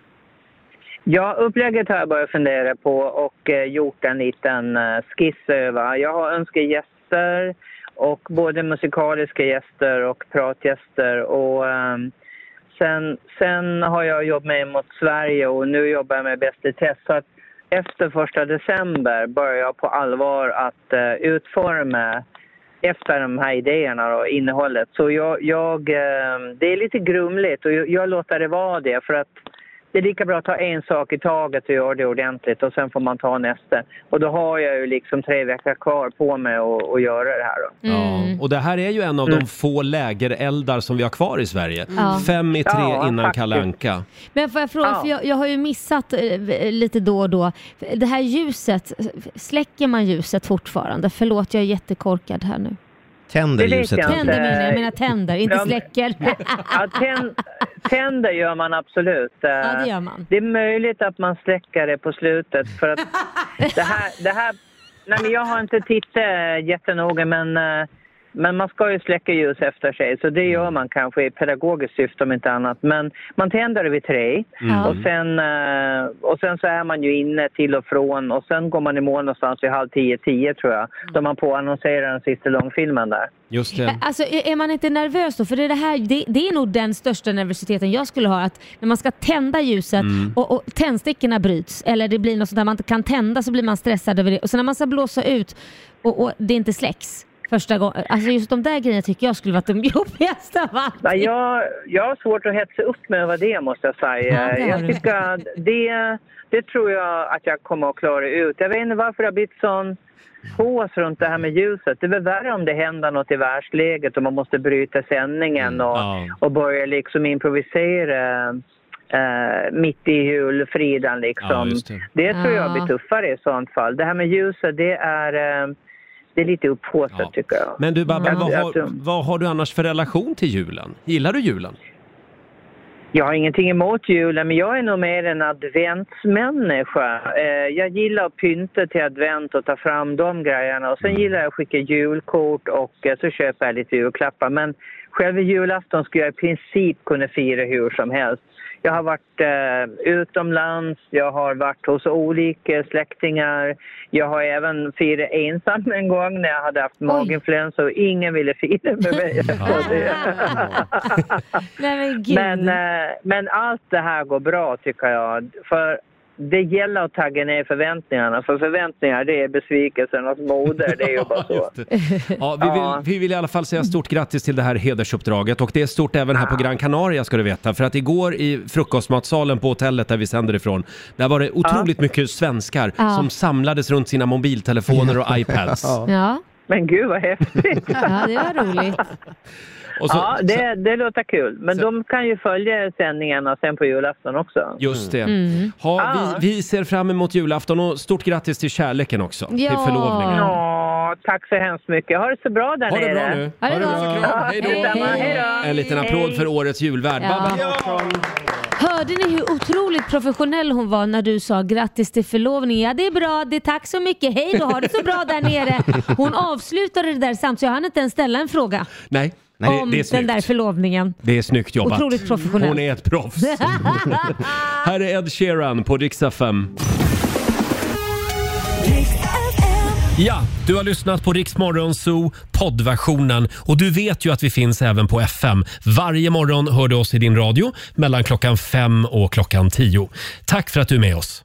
Ja, upplägget har jag börjat fundera på och eh, gjort en liten eh, skiss över. Jag har önskat gäster och både musikaliska gäster och pratgäster och ehm, sen, sen har jag jobbat med mot Sverige och nu jobbar jag med Bäst i test. Så att efter första december börjar jag på allvar att eh, utforma efter de här idéerna och innehållet. Så jag, jag, eh, det är lite grumligt och jag, jag låter det vara det för att det är lika bra att ta en sak i taget och göra det ordentligt och sen får man ta nästa. Och då har jag ju liksom tre veckor kvar på mig att, att göra det här då. Ja. Och det här är ju en av Mm. de få lägereldar som vi har kvar i Sverige. Ja. Fem i tre Ja, innan faktiskt. Kalle Anka. Men får jag fråga, Ja. för jag, jag har ju missat eh, lite då och då. Det här ljuset, släcker man ljuset fortfarande? Förlåt, jag är jättekorkad här nu. Tänder Det vet ljuset. jag inte. Tänder menar jag, menar tänder, inte Ja, men- släcker. Ja, tänd, tänder gör man absolut. Ja, det gör man. Det är möjligt att man släcker det på slutet för att det här, det här nej men jag har inte tittat jättenoga men, eh, men man ska ju släcka ljus efter sig så det gör man kanske i pedagogiskt syfte om inte annat. Men man tänder det vid tre Mm. och, sen, eh, och sen så är man ju inne till och från och sen går man i mål någonstans vid halv tio, tio tror jag. Då man påannonserar den sista långfilmen där. Just det. Alltså är är man inte nervös då? För det, är det, här, det, det är nog den största nervositeten jag skulle ha. Att när man ska tända ljuset Mm. och, och tändstickorna bryts eller det blir något sånt där man inte kan tända så blir man stressad över det. Och sen när man ska blåsa ut och, och det inte släcks första gången. Alltså just de där grejerna tycker jag skulle vara de jobbigaste av allt. Nej, jag, jag har svårt att hetsa upp mig över det måste jag säga. Ja, det har jag du. tycker att det, det tror jag att jag kommer att klara ut. Jag vet inte varför det har blivit sån hausse runt det här med ljuset. Det är väl värre om det händer något i världsläget och man måste bryta sändningen och, Ja. och börja liksom improvisera uh, mitt i julfriden liksom. Ja, just det. det tror jag Ja. blir tuffare i sånt fall. Det här med ljuset, det är, uh, det är lite upphaussat Ja. tycker jag. Men du Babben, Jag- vad, jag har, tror- vad har du annars för relation till julen? Gillar du julen? Jag har ingenting emot julen, men jag är nog mer en adventsmänniska. Eh, jag gillar att pynta till advent och ta fram de grejerna. Och sen gillar jag att skicka julkort och eh, så köper jag lite julklappar. Men själva julafton skulle jag i princip kunna fira hur som helst. Jag har varit eh, utomlands, jag har varit hos olika släktingar. Jag har även firat ensam en gång när jag hade haft maginfluensa och ingen ville fira med mig. Så det- Nej men gud. men, eh, men allt det här går bra tycker jag. För det gäller att tagga ner förväntningarna. För förväntningar, det är besvikelsernas moder. Det är ju bara så. Ja, vi, vill, vi vill i alla fall säga stort grattis till det här hedersuppdraget och det är stort även här på Gran Canaria ska du veta. För att igår i frukostmatsalen på hotellet där vi sänder ifrån, där var det otroligt mycket svenskar Ja. som samlades runt sina mobiltelefoner och iPads. Ja. Men gud vad häftigt. Ja, det var roligt. Och så, ja, det, det låter kul. Men de kan ju följa sändningarna sen på julafton också. Just det. Mm. Ha, Ja. vi, vi ser fram emot julafton och stort grattis till kärleken också. Ja. Till förlovningen. Ja, tack så hemskt mycket. Ha det så bra där Ha det nere. bra nu. Ha det bra. Ja, Hej då. detsamma. Hej då. En liten applåd för årets julvärd. Ja. Babben. Hörde ni hur otroligt professionell hon var när du sa grattis till förlovningen? Ja, det är bra. Det är tack så mycket. Hej då, ha det så bra där nere. Hon avslutade det där samt så jag hann inte ens ställa en fråga Nej, om det, det är den snyggt. där förlovningen. Det är snyggt jobbat. Otroligt professionell. Hon är ett proffs. Här är Ed Sheeran på Rix F M. Ja, du har lyssnat på Rix Morgon Zoo poddversionen och du vet ju att vi finns även på F M. Varje morgon hör du oss i din radio mellan klockan fem och klockan tio. Tack för att du är med oss.